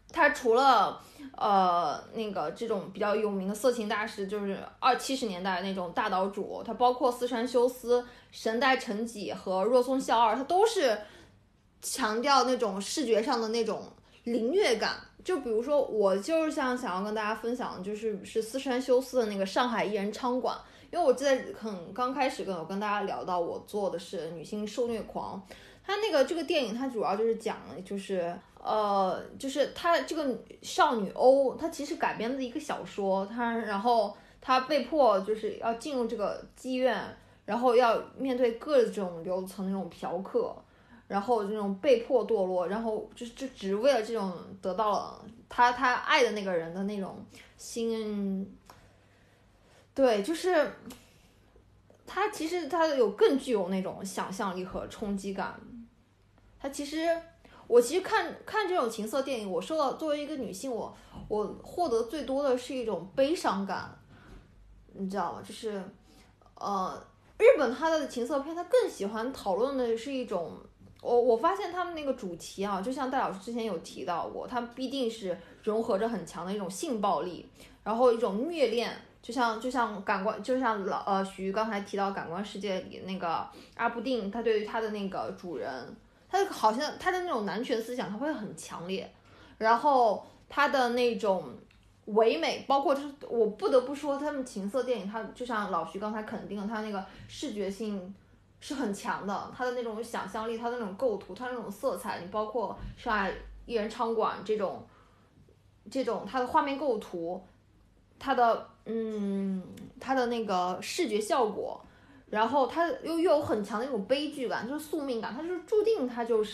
他除了呃那个这种比较有名的色情大师，就是二七十年代那种大岛主，他包括四川修斯、神代成己和若松孝二，他都是强调那种视觉上的那种凌虐感。就比如说我就是像想要跟大家分享的就是是四川修斯的那个上海艺人娼馆，因为我记得很刚开始跟我跟大家聊到我做的是女性受虐狂，他那个这个电影它主要就是讲就是呃就是他这个少女欧，她其实改编的一个小说，她然后她被迫就是要进入这个妓院，然后要面对各种流层那种嫖客，然后这种被迫堕落，然后就就只为了这种得到了他他爱的那个人的那种心，对，就是他其实他有更具有那种想象力和冲击感。他其实我其实看看这种情色电影，我受到作为一个女性，我我获得最多的是一种悲伤感，你知道吗？就是呃，日本它的情色片，它更喜欢讨论的是一种。我我发现他们那个主题啊，就像戴老师之前有提到过，他们必定是融合着很强的一种性暴力，然后一种虐恋，就像就像感官，就像老呃徐刚才提到感官世界里那个阿布定，他对于他的那个主人，他好像他的那种男权思想，他会很强烈，然后他的那种唯美，包括就是我不得不说，他们情色电影，他就像老徐刚才肯定了，他那个视觉性是很强的，他的那种想象力，他的那种构图，他那种色彩，你包括上海艺人娼馆这种，这种他的画面构图，他的嗯，他的那个视觉效果，然后他又又有很强的那种悲剧感，就是宿命感，他就是注定他就是，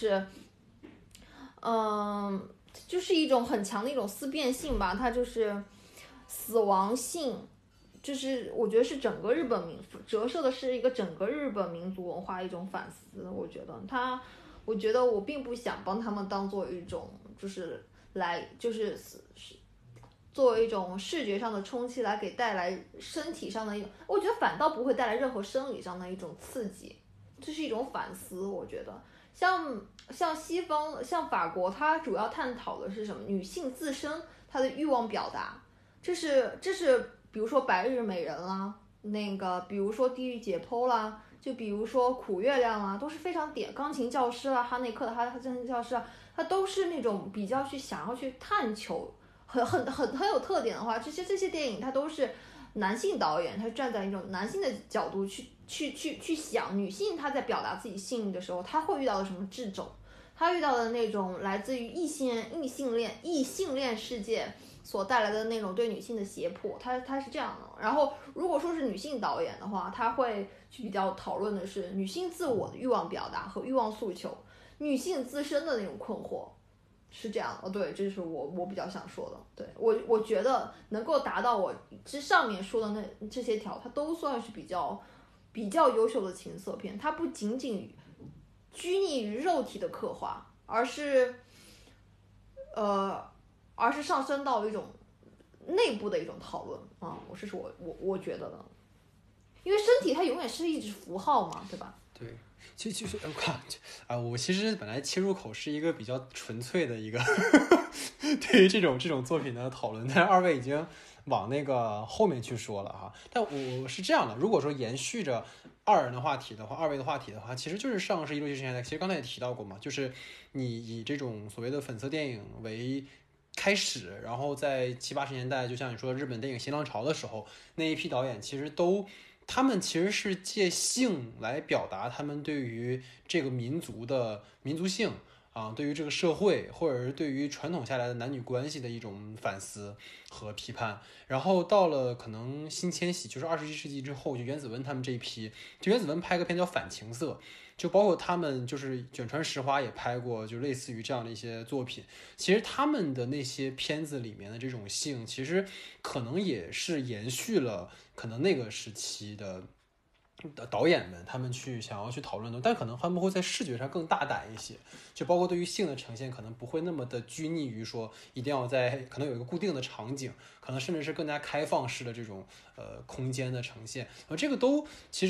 嗯，就是一种很强的一种思辨性吧，它就是死亡性。就是我觉得是整个日本民折射的是一个整个日本民族文化的一种反思。我觉得他，我觉得我并不想帮他们当做一种就是来就是作为一种视觉上的冲击来给带来身体上的一种，我觉得反倒不会带来任何生理上的一种刺激，这是一种反思。我觉得像像西方像法国，它主要探讨的是什么？女性自身她的欲望表达，这是这是。比如说白日美人啦，那个比如说地狱解剖啦，就比如说苦月亮啦，都是非常点钢琴教师啦，哈内克的哈哈钢琴教师啊，他都是那种比较去想要去探求，很很很很有特点的话，这些这些电影它都是男性导演，他站在一种男性的角度去去去去想女性她在表达自己性欲的时候，她会遇到的什么掣肘，她遇到的那种来自于异性异性恋异性恋世界所带来的那种对女性的胁迫，它它是这样的。然后如果说是女性导演的话，她会去比较讨论的是女性自我的欲望表达和欲望诉求，女性自身的那种困惑，是这样的。哦，对，这是我我比较想说的。对，我我觉得能够达到我之上面说的那这些条，它都算是比较比较优秀的情色片。它不仅仅拘泥于肉体的刻画，而是呃。而是上升到一种内部的一种讨论啊，我是说我我我觉得的，因为身体它永远是一只符号嘛，对吧？ 对，其实就是我看啊，我其实本来切入口是一个比较纯粹的一个对于这种这种作品的讨论，但是二位已经往那个后面去说了哈。但我是这样的，如果说延续着二人的话题的话，二位的话题的话，其实就是上个世纪六七十年代，其实刚才也提到过嘛，就是你以这种所谓的粉色电影为开始，然后在七八十年代，就像你说日本电影新浪潮的时候，那一批导演其实都，他们其实是借性来表达他们对于这个民族的民族性啊，对于这个社会，或者是对于传统下来的男女关系的一种反思和批判。然后到了可能新千禧，就是二十一世纪之后，就原子文他们这一批，就原子文拍个片叫《反情色》。就包括他们就是卷川石花也拍过就类似于这样的一些作品，其实他们的那些片子里面的这种性其实可能也是延续了可能那个时期的导演们他们去想要去讨论的，但可能他们会在视觉上更大胆一些，就包括对于性的呈现可能不会那么的拘泥于说一定要在可能有一个固定的场景，可能甚至是更加开放式的这种呃空间的呈现，呃这个都其实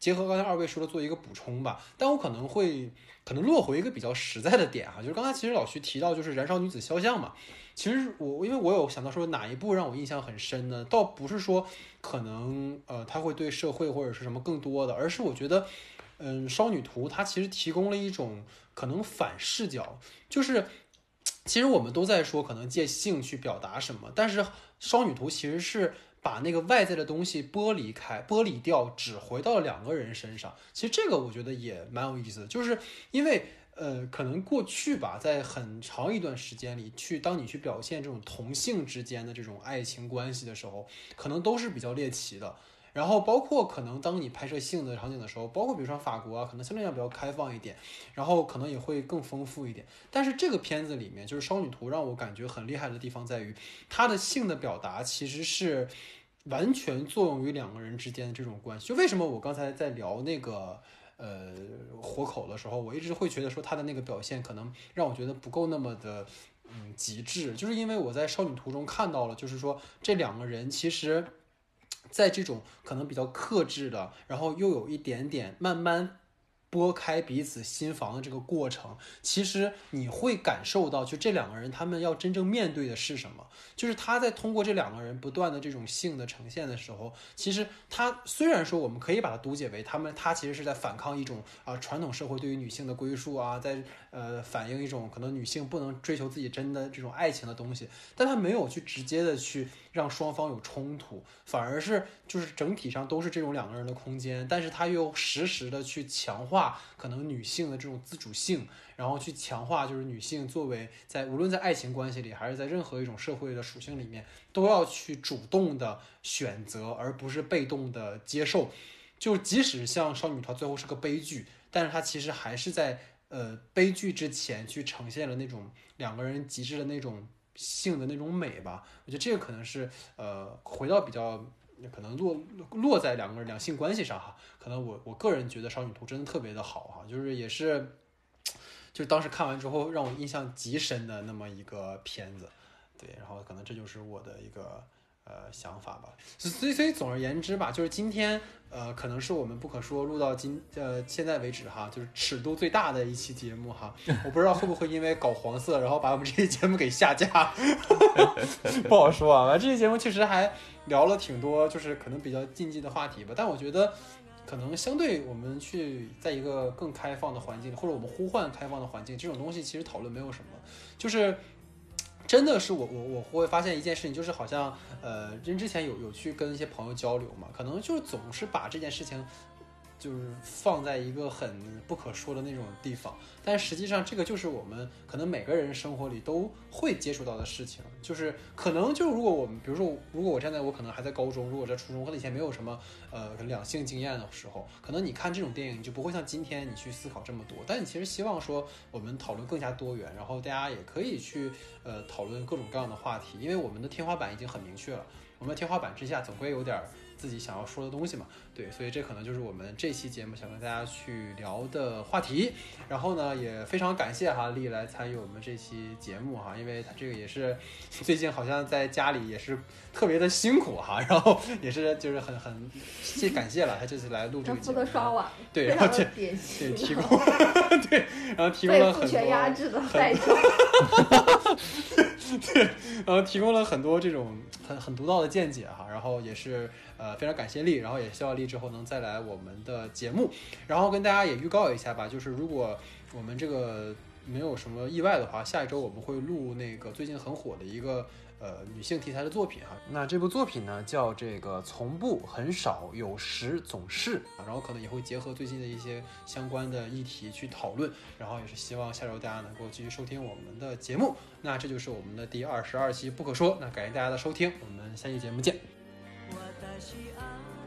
结合刚才二位说的做一个补充吧，但我可能会可能落回一个比较实在的点哈，就是刚才其实老徐提到就是燃烧女子肖像嘛，其实我因为我有想到说哪一部让我印象很深呢，倒不是说可能呃它会对社会或者是什么更多的，而是我觉得嗯烧女图它其实提供了一种可能反视角，就是其实我们都在说可能借性去表达什么，但是烧女图其实是把那个外在的东西剥离开、剥离掉，只回到了两个人身上。其实这个我觉得也蛮有意思的，就是因为呃，可能过去吧，在很长一段时间里，去当你去表现这种同性之间的这种爱情关系的时候，可能都是比较猎奇的。然后包括可能当你拍摄性的场景的时候，包括比如说法国啊，可能相对来讲比较开放一点，然后可能也会更丰富一点。但是这个片子里面，就是烧女图让我感觉很厉害的地方在于，它的性的表达其实是完全作用于两个人之间的这种关系。就为什么我刚才在聊那个呃活口的时候，我一直会觉得说他的那个表现可能让我觉得不够那么的嗯极致，就是因为我在烧女图中看到了，就是说这两个人其实在这种可能比较克制的，然后又有一点点慢慢拨开彼此心房的这个过程，其实你会感受到，就这两个人他们要真正面对的是什么。就是他在通过这两个人不断的这种性的呈现的时候，其实他虽然说我们可以把它读解为他们他其实是在反抗一种啊、呃、传统社会对于女性的归属啊，在呃反映一种可能女性不能追求自己真的这种爱情的东西，但他没有去直接的去让双方有冲突，反而是就是整体上都是这种两个人的空间，但是他又实时的去强化可能女性的这种自主性，然后去强化就是女性作为在无论在爱情关系里还是在任何一种社会的属性里面，都要去主动的选择，而不是被动的接受。就即使像少女团最后是个悲剧，但是它其实还是在呃悲剧之前去呈现了那种两个人极致的那种性的那种美吧。我觉得这个可能是呃回到比较可能落落在两个人两性关系上哈，可能我我个人觉得少女图真的特别的好哈，就是也是就当时看完之后让我印象极深的那么一个片子，对，然后可能这就是我的一个呃想法吧。所以所以总而言之吧，就是今天呃可能是我们不可说录到今呃现在为止哈，就是尺度最大的一期节目哈，我不知道会不会因为搞黄色，然后把我们这期节目给下架，不好说啊。这期节目确实还聊了挺多，就是可能比较禁忌的话题吧，但我觉得。可能相对我们去在一个更开放的环境，或者我们呼唤开放的环境，这种东西其实讨论没有什么，就是真的是我我我会发现一件事情，就是好像呃，人之前有有去跟一些朋友交流嘛，可能就是总是把这件事情就是放在一个很不可说的那种地方，但实际上这个就是我们可能每个人生活里都会接触到的事情，就是可能就如果我们比如说如果我站在我可能还在高中，如果在初中，可能以前没有什么呃两性经验的时候，可能你看这种电影你就不会像今天你去思考这么多，但你其实希望说我们讨论更加多元，然后大家也可以去呃讨论各种各样的话题，因为我们的天花板已经很明确了，我们的天花板之下总归有点自己想要说的东西嘛，对，所以这可能就是我们这期节目想跟大家去聊的话题。然后呢，也非常感谢哈丽来参与我们这期节目哈，因为他这个也是最近好像在家里也是特别的辛苦哈，然后也是就是很很谢感谢了他这次来录这个节目， 刷碗， 对，然后这对提供对，然后提供了很多全压制的代价。 对，然后提供了很多这种很很独到的见解哈，然后也是呃非常感谢丽，然后也希望丽之后能再来我们的节目，然后跟大家也预告一下吧，就是如果我们这个没有什么意外的话，下一周我们会录那个最近很火的一个呃女性题材的作品哈。那这部作品呢叫这个从不很少有时总是，然后可能也会结合最近的一些相关的议题去讨论，然后也是希望下周大家能够继续收听我们的节目。那这就是我们的第二十二期不可说，那感谢大家的收听，我们下期节目见。我的